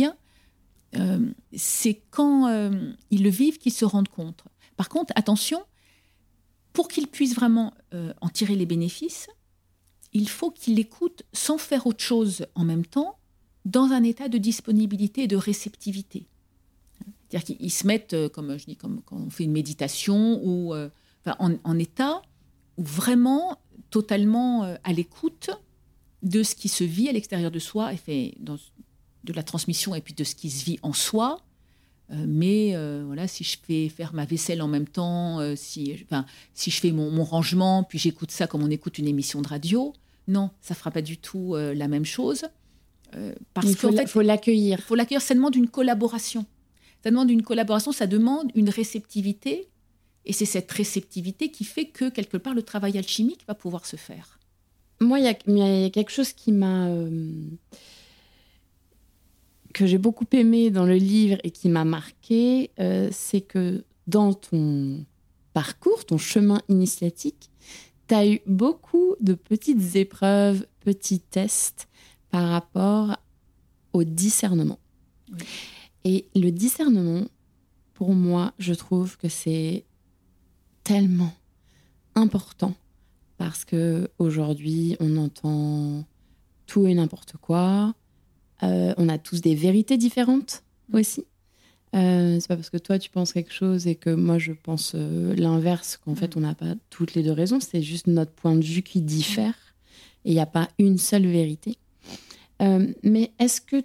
c'est quand ils le vivent qu'ils se rendent compte. Par contre, attention, pour qu'ils puissent vraiment en tirer les bénéfices, il faut qu'ils l'écoutent sans faire autre chose en même temps, dans un état de disponibilité et de réceptivité. C'est-à-dire qu'ils se mettent, comme je dis, comme quand on fait une méditation, ou en état où vraiment totalement à l'écoute de ce qui se vit à l'extérieur de soi, et de la transmission et puis de ce qui se vit en soi. Si je fais faire ma vaisselle en même temps, si je fais mon rangement, puis j'écoute ça comme on écoute une émission de radio, non, ça ne fera pas du tout la même chose. Parce qu'en fait, faut l'accueillir. Il faut l'accueillir, ça demande une collaboration. Ça demande une collaboration, ça demande une réceptivité. Et c'est cette réceptivité qui fait que, quelque part, le travail alchimique va pouvoir se faire. Moi, il y a quelque chose qui m'a... que j'ai beaucoup aimé dans le livre et qui m'a marqué, c'est que dans ton parcours, ton chemin initiatique, tu as eu beaucoup de petites épreuves, petits tests par rapport au discernement. Oui. Et le discernement, pour moi, je trouve que c'est tellement important parce qu'aujourd'hui, on entend tout et n'importe quoi. On a tous des vérités différentes aussi. C'est pas parce que toi, tu penses quelque chose et que moi, je pense l'inverse qu'en fait, on n'a pas toutes les deux raisons. C'est juste notre point de vue qui diffère et il n'y a pas une seule vérité. Mais est-ce que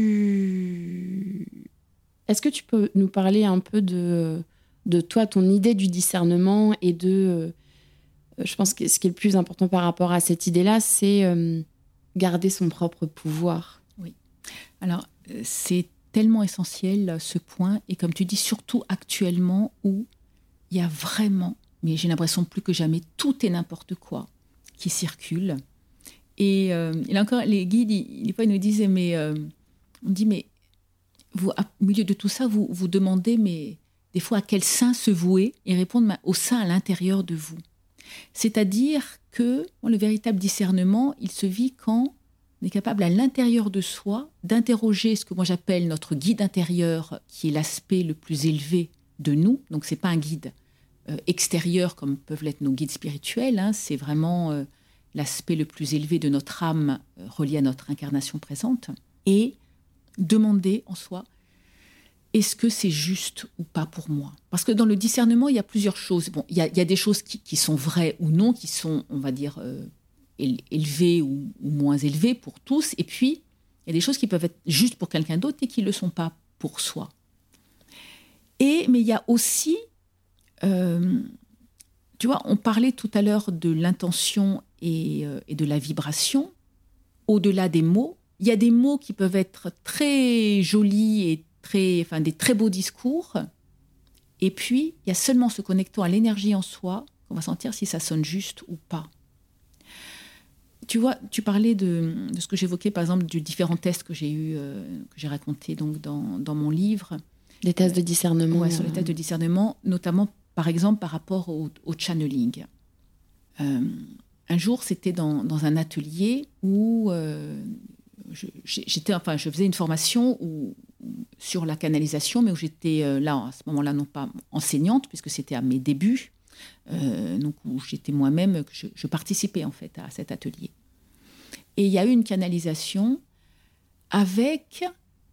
tu peux nous parler un peu de toi, ton idée du discernement et je pense que ce qui est le plus important par rapport à cette idée-là, c'est garder son propre pouvoir. Oui. Alors, c'est tellement essentiel ce point, et comme tu dis, surtout actuellement où il y a vraiment, mais j'ai l'impression plus que jamais, tout et n'importe quoi qui circule. Et là encore, les guides, des fois, ils nous disaient, on dit, mais vous, au milieu de tout ça, vous demandez, mais des fois, à quel saint se vouer? Ils répondent, au saint à l'intérieur de vous. C'est-à-dire que le véritable discernement, il se vit quand on est capable à l'intérieur de soi d'interroger ce que moi j'appelle notre guide intérieur, qui est l'aspect le plus élevé de nous. Donc, ce n'est pas un guide extérieur comme peuvent l'être nos guides spirituels, hein. C'est vraiment l'aspect le plus élevé de notre âme relié à notre incarnation présente. Et demander en soi, est-ce que c'est juste ou pas pour moi? Parce que dans le discernement, il y a plusieurs choses. Bon, il y a des choses qui sont vraies ou non, qui sont, on va dire, élevées ou moins élevées pour tous. Et puis, il y a des choses qui peuvent être juste pour quelqu'un d'autre et qui ne le sont pas pour soi. Mais il y a aussi, tu vois, on parlait tout à l'heure de l'intention et de la vibration. Au-delà des mots, il y a des mots qui peuvent être très jolis et des très beaux discours. Et puis, il y a seulement se connectant à l'énergie en soi qu'on va sentir si ça sonne juste ou pas. Tu vois, tu parlais de ce que j'évoquais, par exemple, du différents tests que j'ai eu, que j'ai raconté donc dans mon livre. Des tests de discernement. Oui, sur les tests de discernement, notamment, par exemple, par rapport au channeling. Un jour, c'était dans un atelier où je faisais une formation sur la canalisation, mais où j'étais là, à ce moment-là, non pas enseignante, puisque c'était à mes débuts, donc où j'étais moi-même, je participais en fait à cet atelier. Et il y a eu une canalisation avec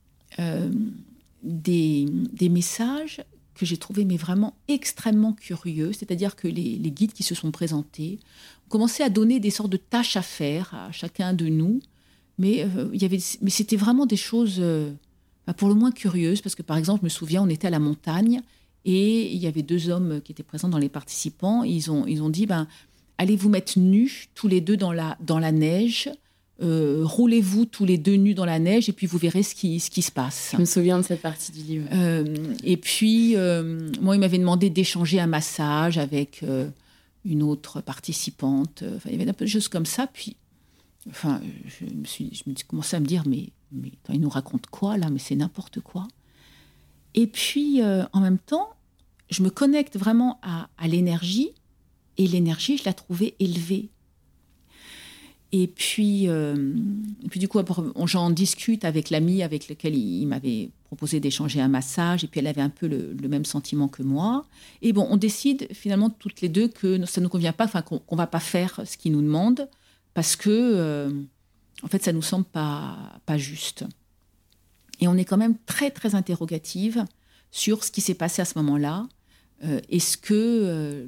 des messages que j'ai trouvés mais vraiment extrêmement curieux, c'est-à-dire que les guides qui se sont présentés ont commencé à donner des sortes de tâches à faire à chacun de nous, mais c'était vraiment des choses pour le moins curieuses, parce que par exemple, je me souviens, on était à la montagne et il y avait 2 hommes qui étaient présents dans les participants, et ils ont dit, allez vous mettre nus tous les deux dans la neige, roulez-vous tous les 2 nus dans la neige et puis vous verrez ce qui se passe. Je me souviens de cette partie du livre. Et puis, moi, il m'avait demandé d'échanger un massage avec une autre participante. Il y avait un peu de choses comme ça. Puis, je me commençais à me dire, mais attends, il nous raconte quoi là? Mais c'est n'importe quoi. Et puis, en même temps, je me connecte vraiment à l'énergie, et l'énergie, je la trouvais élevée. Et puis du coup, j'en discute avec l'amie avec laquelle il m'avait proposé d'échanger un massage, et puis elle avait un peu le même sentiment que moi. Et bon, on décide finalement toutes les deux que ça ne nous convient pas, qu'on ne va pas faire ce qu'il nous demande, parce que, en fait, ça ne nous semble pas juste. Et on est quand même très, très interrogative sur ce qui s'est passé à ce moment-là. Est-ce que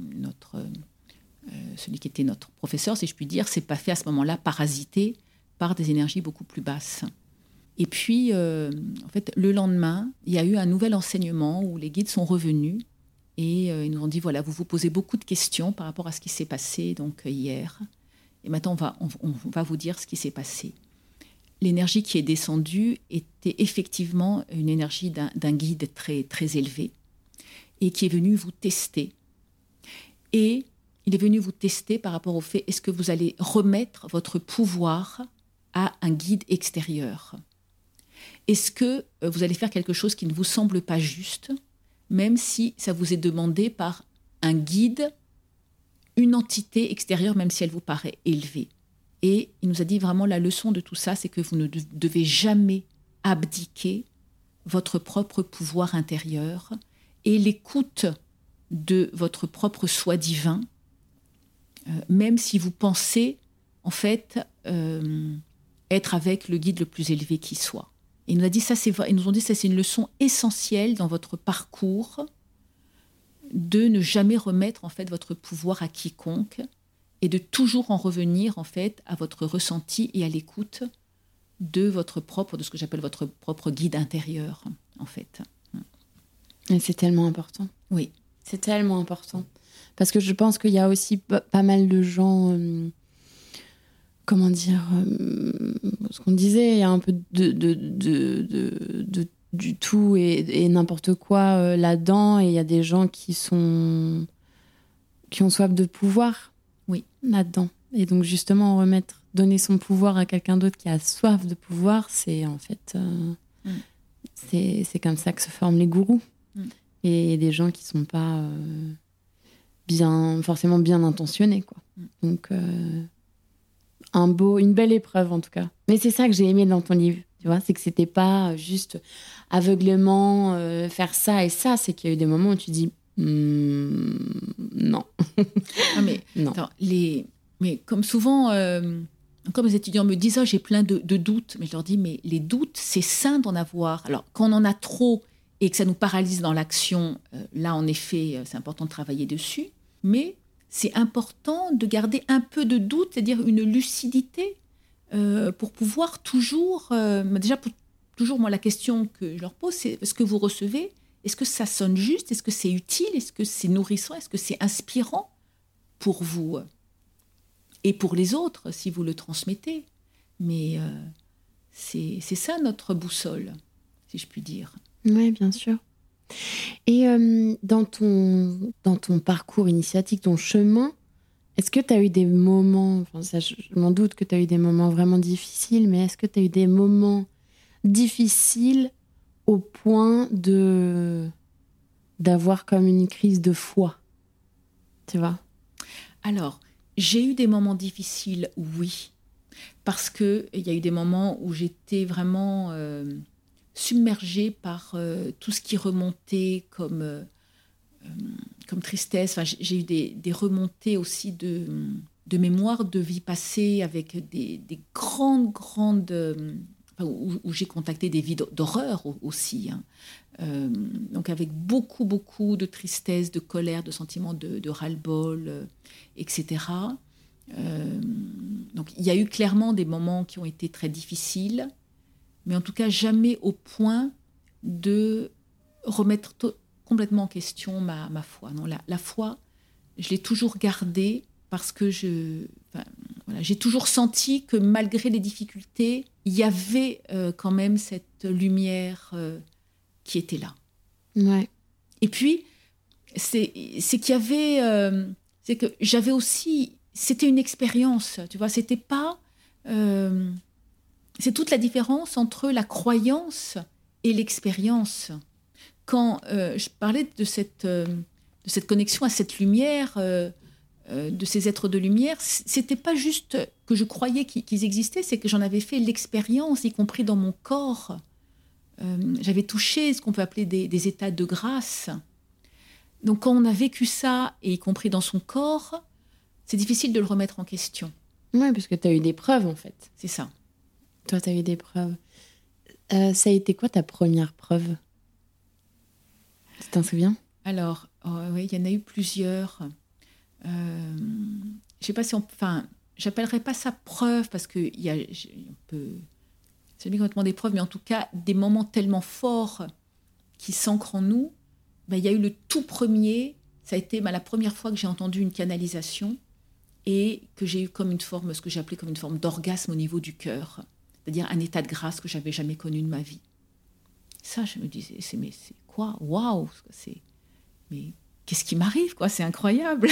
celui qui était notre professeur, si je puis dire, s'est pas fait à ce moment-là parasiter par des énergies beaucoup plus basses? Et puis, en fait, le lendemain, il y a eu un nouvel enseignement où les guides sont revenus et ils nous ont dit, voilà, vous vous posez beaucoup de questions par rapport à ce qui s'est passé donc hier. Et maintenant, on va vous dire ce qui s'est passé. l'énergie qui est descendue était effectivement une énergie d'un guide très, très élevé et qui est venu vous tester. Et il est venu vous tester par rapport au fait, est-ce que vous allez remettre votre pouvoir à un guide extérieur ? Est-ce que vous allez faire quelque chose qui ne vous semble pas juste, même si ça vous est demandé par un guide, une entité extérieure, même si elle vous paraît élevée. Et il nous a dit vraiment la leçon de tout ça, c'est que vous ne devez jamais abdiquer votre propre pouvoir intérieur et l'écoute de votre propre soi divin, même si vous pensez, en fait, être avec le guide le plus élevé qui soit. Et il nous a dit ça, ils nous ont dit ça, c'est une leçon essentielle dans votre parcours de ne jamais remettre en fait votre pouvoir à quiconque et de toujours en revenir en fait à votre ressenti et à l'écoute de ce que j'appelle votre propre guide intérieur en fait. Et c'est tellement important. Oui. C'est tellement important. Parce que je pense qu'il y a aussi pas mal de gens, ce qu'on disait, il y a un peu du tout et n'importe quoi là-dedans. Et il y a des gens qui ont soif de pouvoir là-dedans. Et donc justement, donner son pouvoir à quelqu'un d'autre qui a soif de pouvoir, c'est en fait... c'est comme ça que se forment les gourous. Et des gens qui ne sont pas forcément bien intentionnés, quoi. Donc, une belle épreuve, en tout cas. Mais c'est ça que j'ai aimé dans ton livre, tu vois, c'est que ce n'était pas juste aveuglément faire ça et ça, c'est qu'il y a eu des moments où tu dis non. Ah, mais, non. Attends, mais comme souvent, comme les étudiants me disent, j'ai plein de doutes, mais je leur dis, mais les doutes, c'est sain d'en avoir. Alors, quand on en a trop, et que ça nous paralyse dans l'action, là, en effet, c'est important de travailler dessus. Mais c'est important de garder un peu de doute, c'est-à-dire une lucidité, pour pouvoir toujours... toujours, moi, la question que je leur pose, c'est ce que vous recevez, est-ce que ça sonne juste ? Est-ce que c'est utile ? Est-ce que c'est nourrissant ? Est-ce que c'est inspirant pour vous ? Et pour les autres, si vous le transmettez. Mais c'est ça notre boussole, si je puis dire. Oui, bien sûr. Et dans ton parcours initiatique, ton chemin, est-ce que tu as eu des moments, je m'en doute que tu as eu des moments vraiment difficiles, mais est-ce que tu as eu des moments difficiles au point d'avoir comme une crise de foi, tu vois ? Alors, j'ai eu des moments difficiles, oui, parce qu'il y a eu des moments où j'étais vraiment... submergée par tout ce qui remontait comme tristesse. Enfin, j'ai eu des remontées aussi de mémoire de vie passée avec des grandes... où j'ai contacté des vies d'horreur aussi. Hein. Donc avec beaucoup de tristesse, de colère, de sentiments de ras-le-bol, etc. Donc il y a eu clairement des moments qui ont été très difficiles, mais en tout cas jamais au point de remettre complètement en question ma foi. Non, la foi, je l'ai toujours gardée parce que j'ai toujours senti que malgré les difficultés, il y avait quand même cette lumière qui était là. Ouais. Et puis, c'est qu'il y avait... c'est que j'avais aussi... C'était une expérience, tu vois, c'était pas... c'est toute la différence entre la croyance et l'expérience. Quand je parlais de cette connexion à cette lumière, de ces êtres de lumière, c'était pas juste que je croyais qu'ils existaient, c'est que j'en avais fait l'expérience, y compris dans mon corps. J'avais touché ce qu'on peut appeler des états de grâce. Donc quand on a vécu ça, et y compris dans son corps, c'est difficile de le remettre en question. Oui, parce que tu as eu des preuves, en fait. C'est ça. Toi, tu as eu des preuves. Ça a été quoi ta première preuve ? Tu t'en souviens ? Alors, oui, il y en a eu plusieurs. Je sais pas si j'appellerais pas ça preuve parce que c'est complètement des preuves, mais en tout cas des moments tellement forts qui s'ancrent en nous. Il y a eu le tout premier, ça a été la première fois que j'ai entendu une canalisation et que j'ai eu comme une forme, ce que j'ai appelé comme une forme d'orgasme au niveau du cœur. c'est-à-dire un état de grâce que j'avais jamais connu de ma vie. Ça, je me disais, mais c'est quoi? Waouh! Mais qu'est-ce qui m'arrive, quoi? C'est incroyable.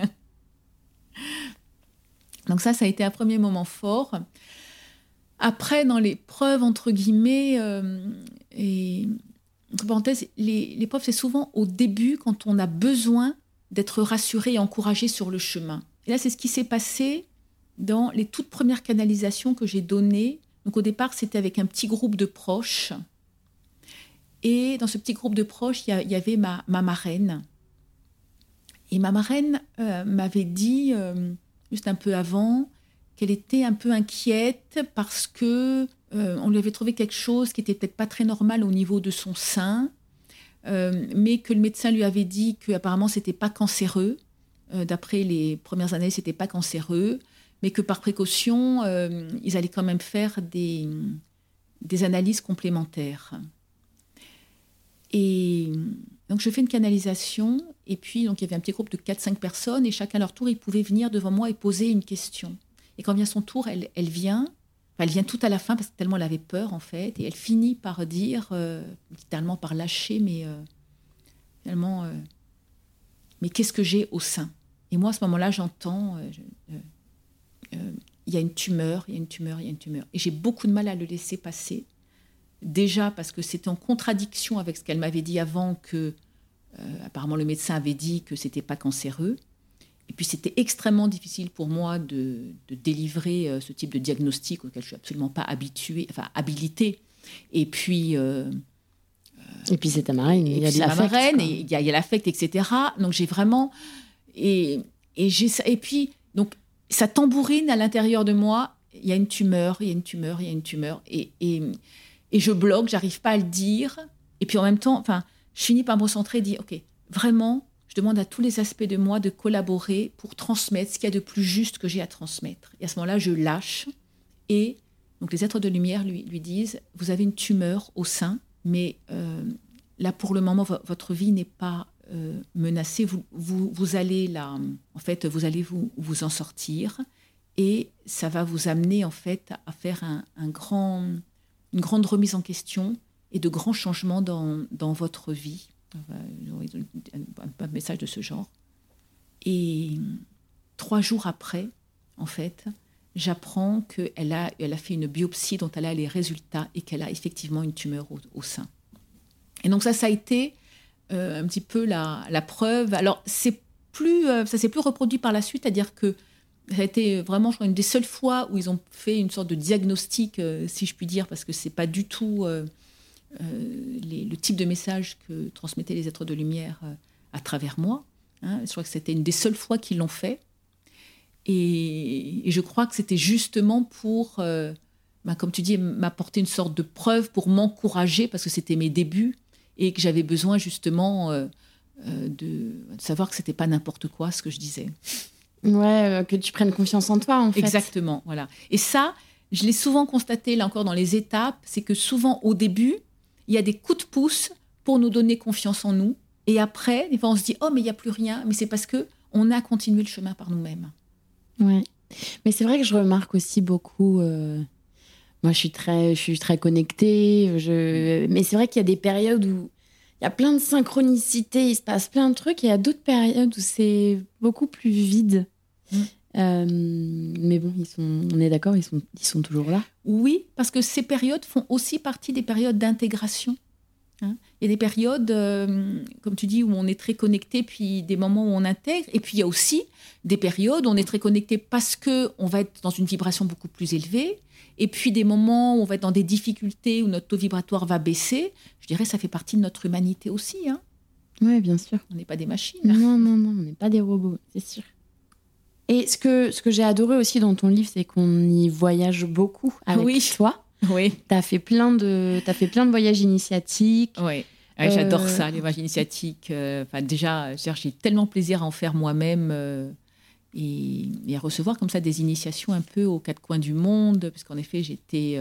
Donc ça a été un premier moment fort. Après, dans l'épreuve, entre guillemets, et entre parenthèses, l'épreuve, c'est souvent au début, quand on a besoin d'être rassuré et encouragé sur le chemin. Et là, c'est ce qui s'est passé dans les toutes premières canalisations que j'ai données. Donc au départ, c'était avec un petit groupe de proches. Et dans ce petit groupe de proches, il y avait ma marraine. Et ma marraine m'avait dit, juste un peu avant, qu'elle était un peu inquiète parce que on lui avait trouvé quelque chose qui était peut-être pas très normal au niveau de son sein, mais que le médecin lui avait dit qu'apparemment c'était pas cancéreux. D'après les premières analyses, c'était pas cancéreux, mais que par précaution, ils allaient quand même faire des analyses complémentaires. Et donc, je fais une canalisation, et puis donc, il y avait un petit groupe de 4-5 personnes, et chacun à leur tour, ils pouvaient venir devant moi et poser une question. Et quand vient son tour, elle vient tout à la fin, parce que tellement elle avait peur, en fait, et elle finit par dire, littéralement par lâcher, mais finalement, mais qu'est-ce que j'ai au sein? Et moi, à ce moment-là, j'entends, il y a une tumeur, il y a une tumeur, il y a une tumeur. Et j'ai beaucoup de mal à le laisser passer. Déjà parce que c'était en contradiction avec ce qu'elle m'avait dit avant, que apparemment le médecin avait dit que c'était pas cancéreux. Et puis c'était extrêmement difficile pour moi de délivrer ce type de diagnostic auquel je suis absolument pas habilitée. Et puis c'est ta marraine, il y a de l'affect. Il y a l'affect, etc. Donc j'ai vraiment et puis donc ça tambourine à l'intérieur de moi. Il y a une tumeur, il y a une tumeur, il y a une tumeur et je bloque, j'arrive pas à le dire. Et puis en même temps, je finis par me recentrer et dire, OK, vraiment, je demande à tous les aspects de moi de collaborer pour transmettre ce qu'il y a de plus juste que j'ai à transmettre. Et à ce moment-là, je lâche. Et donc les êtres de lumière lui disent, vous avez une tumeur au sein, mais là, pour le moment, votre vie n'est pas menacée. Vous allez là, en fait, vous allez vous en sortir. Et ça va vous amener, en fait, à faire une grande remise en question et de grands changements dans votre vie. Un message de ce genre. Et 3 jours après, en fait, j'apprends qu'elle a fait une biopsie dont elle a les résultats et qu'elle a effectivement une tumeur au sein. Et donc ça a été un petit peu la preuve. Alors, ça s'est plus reproduit par la suite, c'est-à-dire que ça a été vraiment, je crois, une des seules fois où ils ont fait une sorte de diagnostic, si je puis dire, parce que c'est pas du tout le type de message que transmettaient les êtres de lumière à travers moi. Hein. Je crois que c'était une des seules fois qu'ils l'ont fait. Et je crois que c'était justement pour, comme tu dis, m'apporter une sorte de preuve pour m'encourager, parce que c'était mes débuts et que j'avais besoin justement de savoir que c'était pas n'importe quoi ce que je disais. Ouais, que tu prennes confiance en toi, en fait. Exactement, voilà. Et ça, je l'ai souvent constaté, là encore, dans les étapes, c'est que souvent, au début, il y a des coups de pouce pour nous donner confiance en nous. Et après, des fois, on se dit « Oh, mais il n'y a plus rien ». Mais c'est parce qu'on a continué le chemin par nous-mêmes. Ouais. Mais c'est vrai que je remarque aussi beaucoup... Moi, je suis très connectée. Mais c'est vrai qu'il y a des périodes où il y a plein de synchronicité, il se passe plein de trucs. Et il y a d'autres périodes où c'est beaucoup plus vide. Mais bon, on est d'accord, ils sont toujours là. Oui, parce que ces périodes font aussi partie des périodes d'intégration. Hein. Il y a des périodes, comme tu dis, où on est très connecté, puis des moments où on intègre. Et puis il y a aussi des périodes où on est très connecté parce qu'on va être dans une vibration beaucoup plus élevée. Et puis des moments où on va être dans des difficultés, où notre taux vibratoire va baisser. Je dirais que ça fait partie de notre humanité aussi. Hein. Oui, bien sûr. On n'est pas des machines. Non, on n'est pas des robots, c'est sûr. Et ce que j'ai adoré aussi dans ton livre, c'est qu'on y voyage beaucoup avec toi. Oui. T'as fait plein de voyages initiatiques. Oui. J'adore ça, les voyages initiatiques. Déjà, j'ai tellement plaisir à en faire moi-même et à recevoir comme ça des initiations un peu aux 4 coins du monde. Parce qu'en effet, j'étais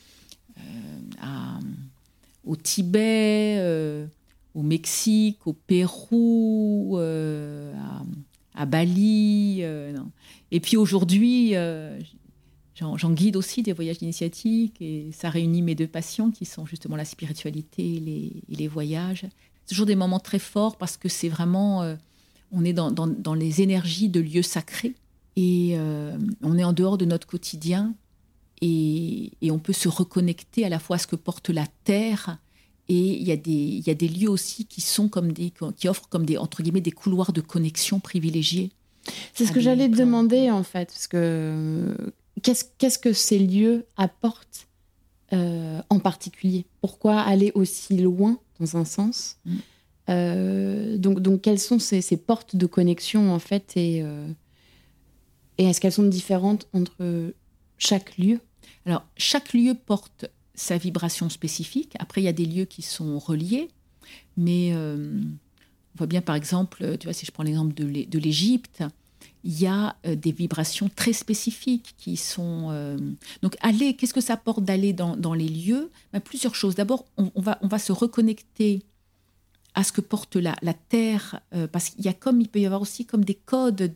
au Tibet, au Mexique, au Pérou, à Bali. Et puis aujourd'hui, j'en guide aussi des voyages initiatiques et ça réunit mes deux passions qui sont justement la spiritualité et les voyages. C'est toujours des moments très forts parce que c'est vraiment, on est dans les énergies de lieux sacrés et on est en dehors de notre quotidien et on peut se reconnecter à la fois à ce que porte la terre et il y a des lieux aussi qui offrent comme des, entre guillemets, des couloirs de connexion privilégiés. C'est ce que j'allais te demander en fait, parce que qu'est-ce que ces lieux apportent en particulier ? Pourquoi aller aussi loin dans un sens ? Donc quelles sont ces portes de connexion en fait et est-ce qu'elles sont différentes entre chaque lieu ? Alors chaque lieu porte sa vibration spécifique. Après il y a des lieux qui sont reliés, mais on voit bien par exemple, tu vois, si je prends l'exemple de l'Égypte, il y a des vibrations très spécifiques qui sont... Donc aller, qu'est-ce que ça apporte d'aller dans les lieux ? Plusieurs choses. D'abord, on va se reconnecter à ce que porte la terre, parce qu'il peut y avoir aussi comme des codes,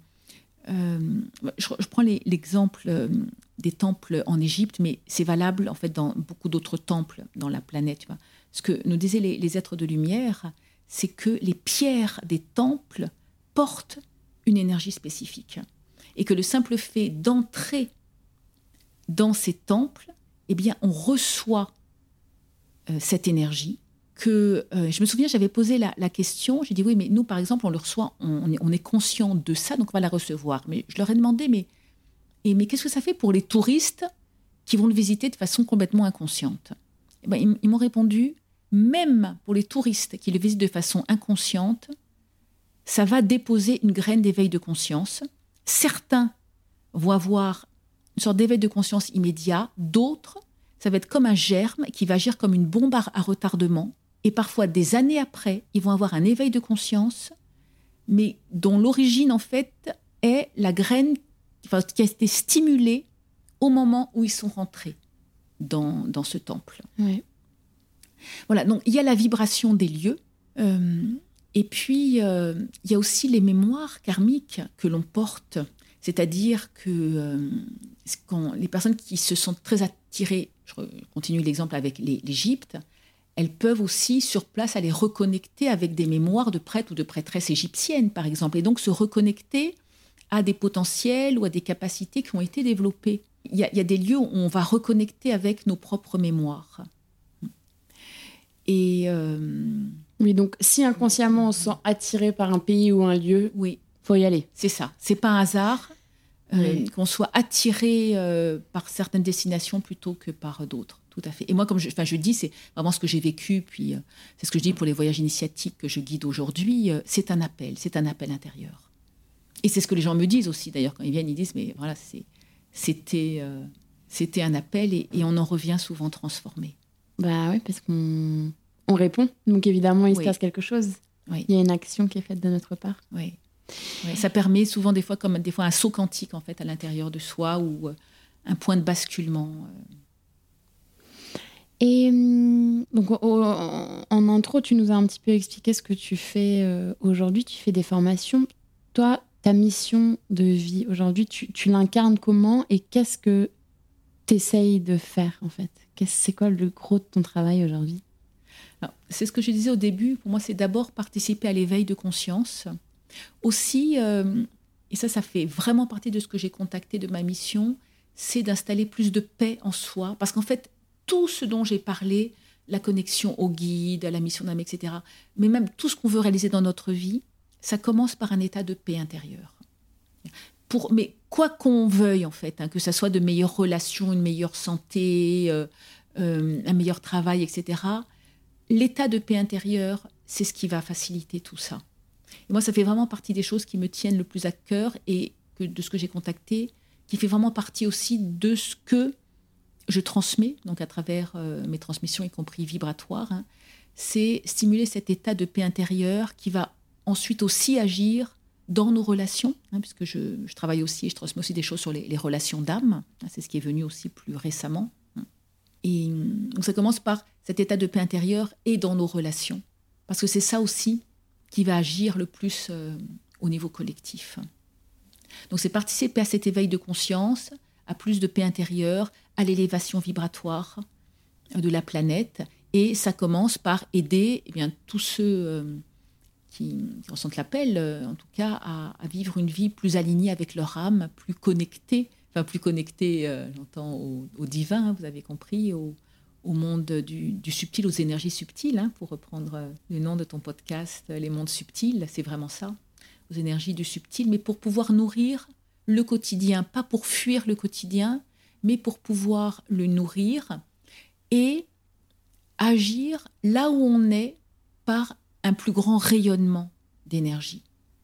je prends l'exemple des temples en Égypte, mais c'est valable en fait dans beaucoup d'autres temples dans la planète. Tu vois. Ce que nous disaient les êtres de lumière, c'est que les pierres des temples portent une énergie spécifique et que le simple fait d'entrer dans ces temples, eh bien, on reçoit cette énergie. Je me souviens, j'avais posé la question, j'ai dit oui, mais nous, par exemple, on le reçoit, on est conscient de ça, donc on va la recevoir. Mais je leur ai demandé, mais qu'est-ce que ça fait pour les touristes qui vont le visiter de façon complètement inconsciente ? Eh bien, ils m'ont répondu, même pour les touristes qui le visitent de façon inconsciente, ça va déposer une graine d'éveil de conscience. Certains vont avoir une sorte d'éveil de conscience immédiat, d'autres, ça va être comme un germe qui va agir comme une bombe à retardement. Et parfois, des années après, ils vont avoir un éveil de conscience, mais dont l'origine, en fait, est la graine qui a été stimulée au moment où ils sont rentrés dans ce temple. Ouais. Voilà, donc il y a la vibration des lieux, et puis il y a aussi les mémoires karmiques que l'on porte, c'est-à-dire que quand les personnes qui se sentent très attirées, je continue l'exemple avec l'Égypte, elles peuvent aussi, sur place, aller reconnecter avec des mémoires de prêtres ou de prêtresses égyptiennes, par exemple, et donc se reconnecter à des potentiels ou à des capacités qui ont été développées. Il y a des lieux où on va reconnecter avec nos propres mémoires. Et oui, donc si inconsciemment on se sent attiré par un pays ou un lieu, oui, faut y aller. C'est ça. C'est pas un hasard qu'on soit attiré par certaines destinations plutôt que par d'autres. Tout à fait. Et moi, comme je dis, c'est vraiment ce que j'ai vécu. Puis c'est ce que je dis pour les voyages initiatiques que je guide aujourd'hui. C'est un appel intérieur. Et c'est ce que les gens me disent aussi. D'ailleurs, quand ils viennent, ils disent mais voilà, c'était un appel et on en revient souvent transformé. Bah oui, parce qu'on répond. Donc évidemment, il se passe quelque chose. Oui. Il y a une action qui est faite de notre part. Oui. Oui. Ça permet souvent des fois un saut quantique en fait à l'intérieur de soi ou un point de basculement. Et donc en intro, tu nous as un petit peu expliqué ce que tu fais aujourd'hui. Tu fais des formations. Toi, ta mission de vie aujourd'hui, tu l'incarnes comment et qu'est-ce que tu essayes de faire en fait ? C'est quoi le gros de ton travail aujourd'hui ? Alors, c'est ce que je disais au début. Pour moi, c'est d'abord participer à l'éveil de conscience. Aussi, et ça fait vraiment partie de ce que j'ai contacté de ma mission, c'est d'installer plus de paix en soi. Parce qu'en fait, tout ce dont j'ai parlé, la connexion au guide, à la mission d'âme, etc., mais même tout ce qu'on veut réaliser dans notre vie, ça commence par un état de paix intérieure. Mais quoi qu'on veuille, en fait, que ça soit de meilleures relations, une meilleure santé, un meilleur travail, etc., l'état de paix intérieure, c'est ce qui va faciliter tout ça. Et moi, ça fait vraiment partie des choses qui me tiennent le plus à cœur et de ce que j'ai contacté, qui fait vraiment partie aussi de ce que je transmets, donc à travers mes transmissions, y compris vibratoires, c'est stimuler cet état de paix intérieure qui va ensuite aussi agir dans nos relations, puisque je travaille aussi et je transmets aussi des choses sur les relations d'âme. C'est ce qui est venu aussi plus récemment. Et donc ça commence par cet état de paix intérieure et dans nos relations. Parce que c'est ça aussi qui va agir le plus au niveau collectif. Donc c'est participer à cet éveil de conscience, à plus de paix intérieure, à l'élévation vibratoire de la planète. Et ça commence par aider tous ceux qui ressentent l'appel, en tout cas, à vivre une vie plus alignée avec leur âme, plus connectée, j'entends au divin, vous avez compris, au monde du subtil, aux énergies subtiles, pour reprendre le nom de ton podcast, les mondes subtils, c'est vraiment ça, aux énergies du subtil, mais pour pouvoir nourrir le quotidien, pas pour fuir le quotidien, mais pour pouvoir le nourrir et agir là où on est par un plus grand rayonnement d'énergie.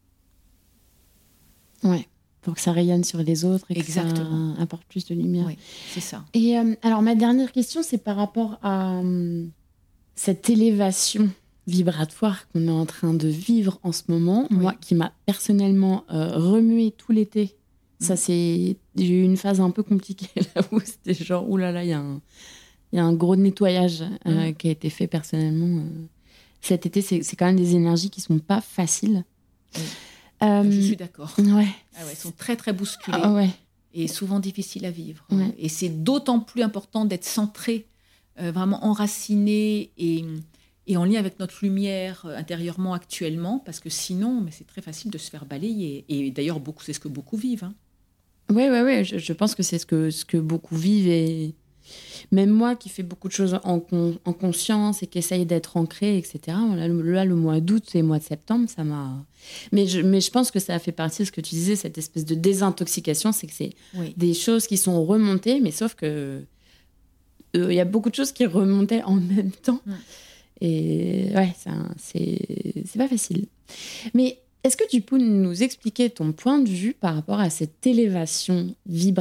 Ouais, pour que ça rayonne sur les autres et Exactement. que ça apporte plus de lumière. Oui, c'est ça. Et alors, ma dernière question, c'est par rapport à cette élévation vibratoire qu'on est en train de vivre en ce moment. Oui. Moi, qui m'a personnellement remué tout l'été. Ça, j'ai eu une phase un peu compliquée là où c'était genre, oulala, il y a un gros nettoyage qui a été fait personnellement. Cet été, c'est quand même des énergies qui sont pas faciles. Oui. Je suis d'accord. Ouais. Elles sont très, très bousculées et souvent difficiles à vivre. Ouais. Et c'est d'autant plus important d'être centré, vraiment enraciné et en lien avec notre lumière intérieurement actuellement, parce que sinon, mais c'est très facile de se faire balayer. Et d'ailleurs, c'est ce que beaucoup vivent. Oui, je pense que c'est ce que beaucoup vivent. Et même moi qui fais beaucoup de choses en conscience et qui essaye d'être ancrée, etc. Là, le mois d'août et le mois de septembre, ça m'a... Mais je pense que ça a fait partie de ce que tu disais, cette espèce de désintoxication, c'est que c'est des choses qui sont remontées, mais sauf que il y a beaucoup de choses qui remontaient en même temps. Et ouais, c'est pas facile. Mais est-ce que tu peux nous expliquer ton point de vue par rapport à cette élévation vibratoire ?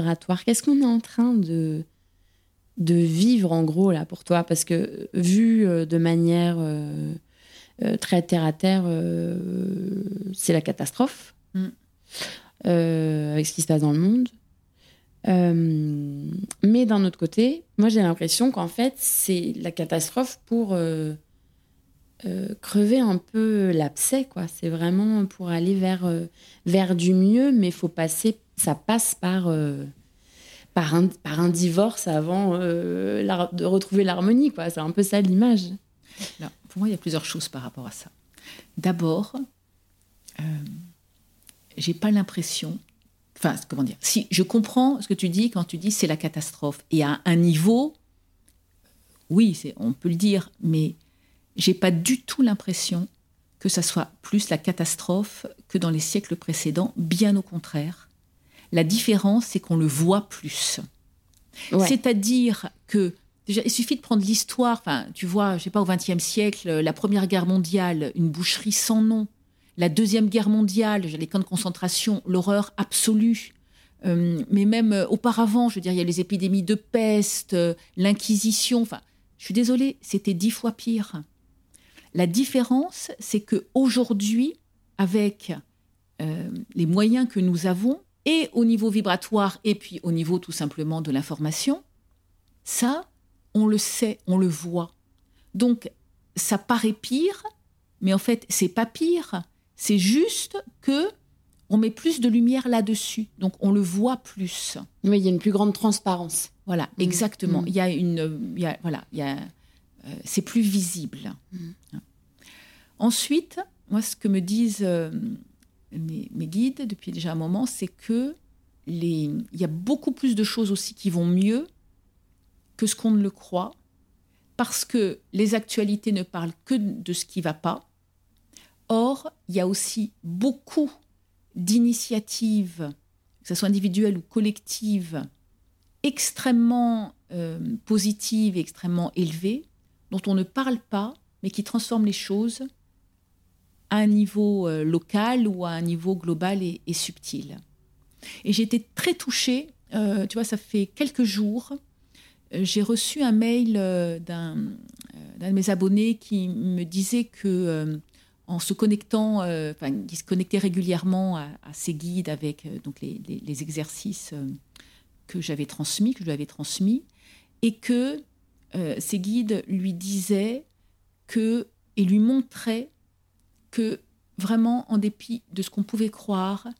Qu'est-ce qu'on est en train de vivre en gros là pour toi, parce que vu de manière très terre à terre, c'est la catastrophe avec ce qui se passe dans le monde, mais d'un autre côté, moi j'ai l'impression qu'en fait c'est la catastrophe pour crever un peu l'abcès, quoi. C'est vraiment pour aller vers du mieux, mais ça passe par un divorce avant de retrouver l'harmonie, quoi. C'est un peu ça l'image. Alors, pour moi, il y a plusieurs choses par rapport à ça. D'abord, j'ai pas l'impression... Enfin, comment dire ? Si je comprends ce que tu dis quand tu dis c'est la catastrophe. Et à un niveau, oui, on peut le dire, mais j'ai pas du tout l'impression que ça soit plus la catastrophe que dans les siècles précédents. Bien au contraire. La différence, c'est qu'on le voit plus. Ouais. C'est-à-dire que, déjà, il suffit de prendre l'histoire. Enfin, tu vois, je sais pas, au XXe siècle, la Première Guerre mondiale, une boucherie sans nom. La Deuxième Guerre mondiale, les camps de concentration, l'horreur absolue. Mais même auparavant, je veux dire, il y a les épidémies de peste, l'Inquisition. Enfin, je suis désolée, c'était 10 fois pire. La différence, c'est qu'aujourd'hui, avec les moyens que nous avons, et au niveau vibratoire, et puis au niveau tout simplement de l'information, ça, on le sait, on le voit. Donc, ça paraît pire, mais en fait, c'est pas pire. C'est juste que on met plus de lumière là-dessus. Donc, on le voit plus. Oui, il y a une plus grande transparence. Voilà, exactement. Il y a c'est plus visible. Ensuite, moi, ce que me disent... mes guides depuis déjà un moment, c'est que il y a beaucoup plus de choses aussi qui vont mieux que ce qu'on ne le croit, parce que les actualités ne parlent que de ce qui ne va pas. Or, il y a aussi beaucoup d'initiatives, que ce soit individuelles ou collectives, extrêmement positives et extrêmement élevées, dont on ne parle pas, mais qui transforment les choses à un niveau local ou à un niveau global et subtil. Et j'ai été très touchée, tu vois, ça fait quelques jours, j'ai reçu un mail d'un de mes abonnés qui me disait que en se connectant, qui se connectait régulièrement à ses guides avec donc les exercices que je lui avais transmis, et que ces guides lui disaient et lui montraient que vraiment, en dépit de ce qu'on pouvait croire,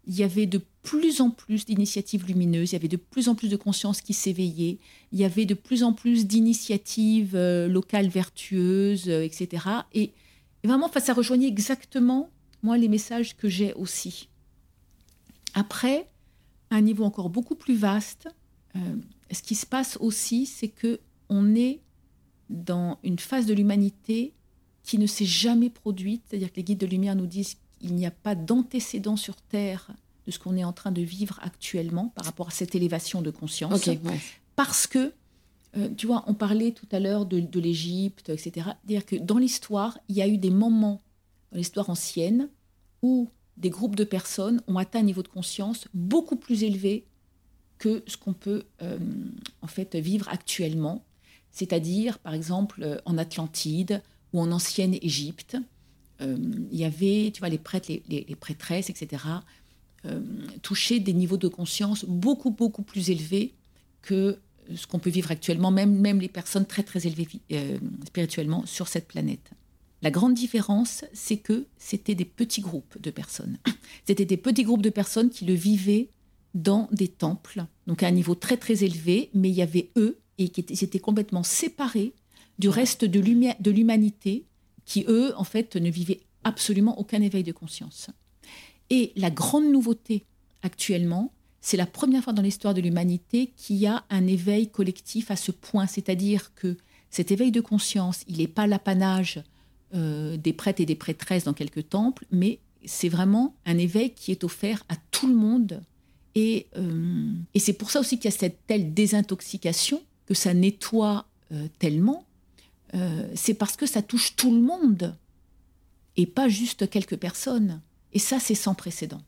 il y avait de plus en plus d'initiatives lumineuses, il y avait de plus en plus de conscience qui s'éveillait, il y avait de plus en plus d'initiatives locales vertueuses, etc. Et vraiment, ça rejoignait exactement, moi, les messages que j'ai aussi. Après, à un niveau encore beaucoup plus vaste, ce qui se passe aussi, c'est qu'on est dans une phase de l'humanité qui ne s'est jamais produite, c'est-à-dire que les guides de lumière nous disent qu'il n'y a pas d'antécédent sur Terre de ce qu'on est en train de vivre actuellement par rapport à cette élévation de conscience. Okay, ouais. Parce que, tu vois, on parlait tout à l'heure de l'Égypte, etc. C'est-à-dire que dans l'histoire, il y a eu des moments, dans l'histoire ancienne, où des groupes de personnes ont atteint un niveau de conscience beaucoup plus élevé que ce qu'on peut en fait vivre actuellement. C'est-à-dire, par exemple, en Atlantide ou en ancienne Égypte, il y avait, tu vois, les prêtres, les prêtresses, etc., touchaient des niveaux de conscience beaucoup, beaucoup plus élevés que ce qu'on peut vivre actuellement, même les personnes très, très élevées spirituellement sur cette planète. La grande différence, c'est que c'était des petits groupes de personnes. C'était des petits groupes de personnes qui le vivaient dans des temples, donc à un niveau très, très élevé, mais il y avait eux, et qui étaient complètement séparés du reste de l'humanité, qui, eux, en fait, ne vivaient absolument aucun éveil de conscience. Et la grande nouveauté, actuellement, c'est la première fois dans l'histoire de l'humanité qu'il y a un éveil collectif à ce point. C'est-à-dire que cet éveil de conscience, il n'est pas l'apanage des prêtres et des prêtresses dans quelques temples, mais c'est vraiment un éveil qui est offert à tout le monde. Et c'est pour ça aussi qu'il y a cette telle désintoxication, que ça nettoie tellement. C'est parce que ça touche tout le monde et pas juste quelques personnes. Et ça, c'est sans précédent.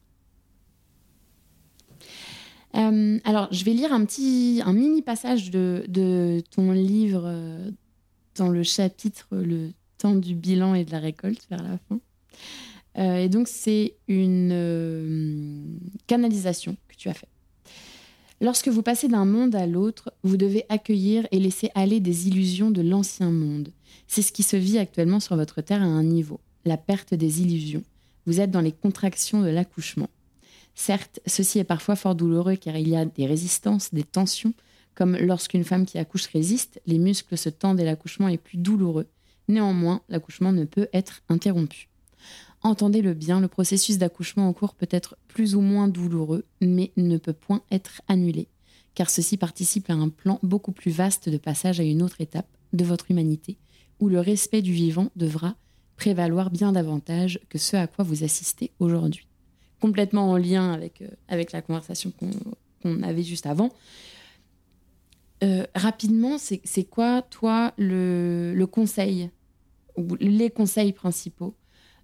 Alors, je vais lire un mini passage de ton livre dans le chapitre « Le temps du bilan et de la récolte » vers la fin. Et donc, c'est une canalisation que tu as faite. Lorsque vous passez d'un monde à l'autre, vous devez accueillir et laisser aller des illusions de l'ancien monde. C'est ce qui se vit actuellement sur votre Terre à un niveau, la perte des illusions. Vous êtes dans les contractions de l'accouchement. Certes, ceci est parfois fort douloureux car il y a des résistances, des tensions, comme lorsqu'une femme qui accouche résiste, les muscles se tendent et l'accouchement est plus douloureux. Néanmoins, l'accouchement ne peut être interrompu. Entendez-le bien, le processus d'accouchement en cours peut être plus ou moins douloureux, mais ne peut point être annulé, car ceci participe à un plan beaucoup plus vaste de passage à une autre étape de votre humanité, où le respect du vivant devra prévaloir bien davantage que ce à quoi vous assistez aujourd'hui. Complètement en lien avec la conversation qu'on avait juste avant. Rapidement, c'est quoi, toi, le conseil, ou les conseils principaux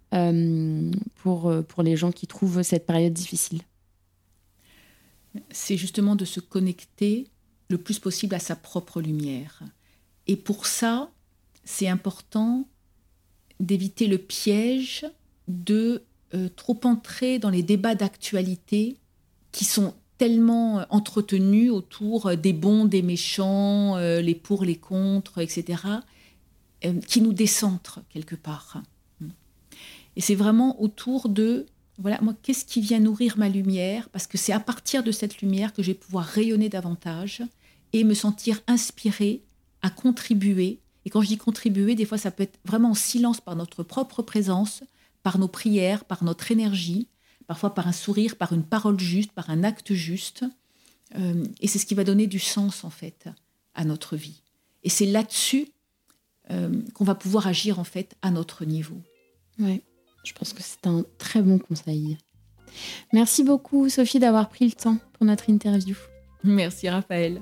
pour les gens qui trouvent cette période difficile? C'est justement de se connecter le plus possible à sa propre lumière. Et pour ça, c'est important d'éviter le piège de trop entrer dans les débats d'actualité qui sont tellement entretenus autour des bons, des méchants, les pour, les contre, etc., qui nous décentrent quelque part. Et c'est vraiment autour de, voilà, moi, qu'est-ce qui vient nourrir ma lumière? Parce que c'est à partir de cette lumière que je vais pouvoir rayonner davantage et me sentir inspirée à contribuer. Et quand je dis contribuer, des fois, ça peut être vraiment en silence par notre propre présence, par nos prières, par notre énergie, parfois par un sourire, par une parole juste, par un acte juste. Et c'est ce qui va donner du sens, en fait, à notre vie. Et c'est là-dessus qu'on va pouvoir agir, en fait, à notre niveau. Ouais. Je pense que c'est un très bon conseil. Merci beaucoup, Sophie, d'avoir pris le temps pour notre interview. Merci, Raphaël.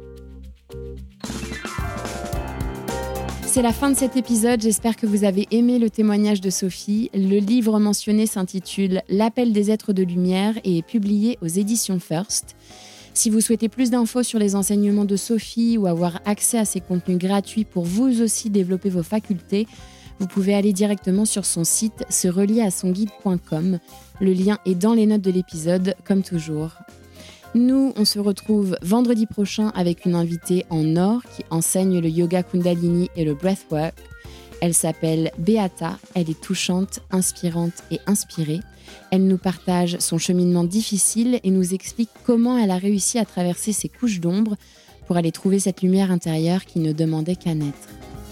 C'est la fin de cet épisode. J'espère que vous avez aimé le témoignage de Sophie. Le livre mentionné s'intitule « L'appel des êtres de lumière » et est publié aux éditions First. Si vous souhaitez plus d'infos sur les enseignements de Sophie ou avoir accès à ses contenus gratuits pour vous aussi développer vos facultés, vous pouvez aller directement sur son site, se relier à songuide.com. Le lien est dans les notes de l'épisode, comme toujours. Nous, on se retrouve vendredi prochain avec une invitée en or qui enseigne le yoga Kundalini et le breathwork. Elle s'appelle Beata, elle est touchante, inspirante et inspirée. Elle nous partage son cheminement difficile et nous explique comment elle a réussi à traverser ses couches d'ombre pour aller trouver cette lumière intérieure qui ne demandait qu'à naître.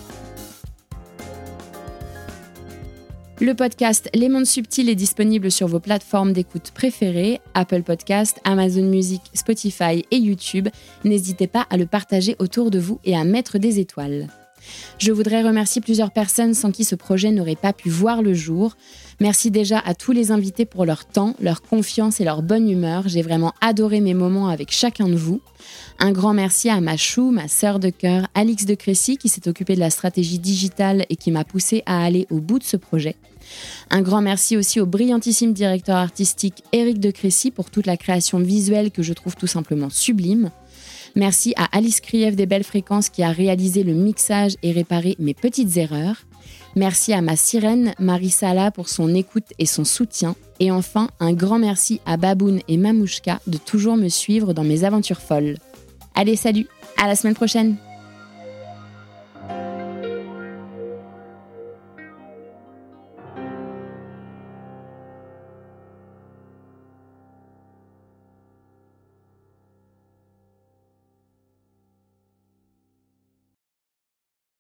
Le podcast Les Mondes Subtils est disponible sur vos plateformes d'écoute préférées, Apple Podcast, Amazon Music, Spotify et YouTube. N'hésitez pas à le partager autour de vous et à mettre des étoiles. Je voudrais remercier plusieurs personnes sans qui ce projet n'aurait pas pu voir le jour. Merci déjà à tous les invités pour leur temps, leur confiance et leur bonne humeur. J'ai vraiment adoré mes moments avec chacun de vous. Un grand merci à ma chou, ma sœur de cœur, Alix de Crécy, qui s'est occupée de la stratégie digitale et qui m'a poussée à aller au bout de ce projet. Un grand merci aussi au brillantissime directeur artistique Éric de Crécy pour toute la création visuelle que je trouve tout simplement sublime. Merci à Alice Krief des Belles Fréquences qui a réalisé le mixage et réparé mes petites erreurs. Merci à ma sirène, Marie Sala, pour son écoute et son soutien. Et enfin, un grand merci à Baboun et Mamouchka de toujours me suivre dans mes aventures folles. Allez, salut, à la semaine prochaine!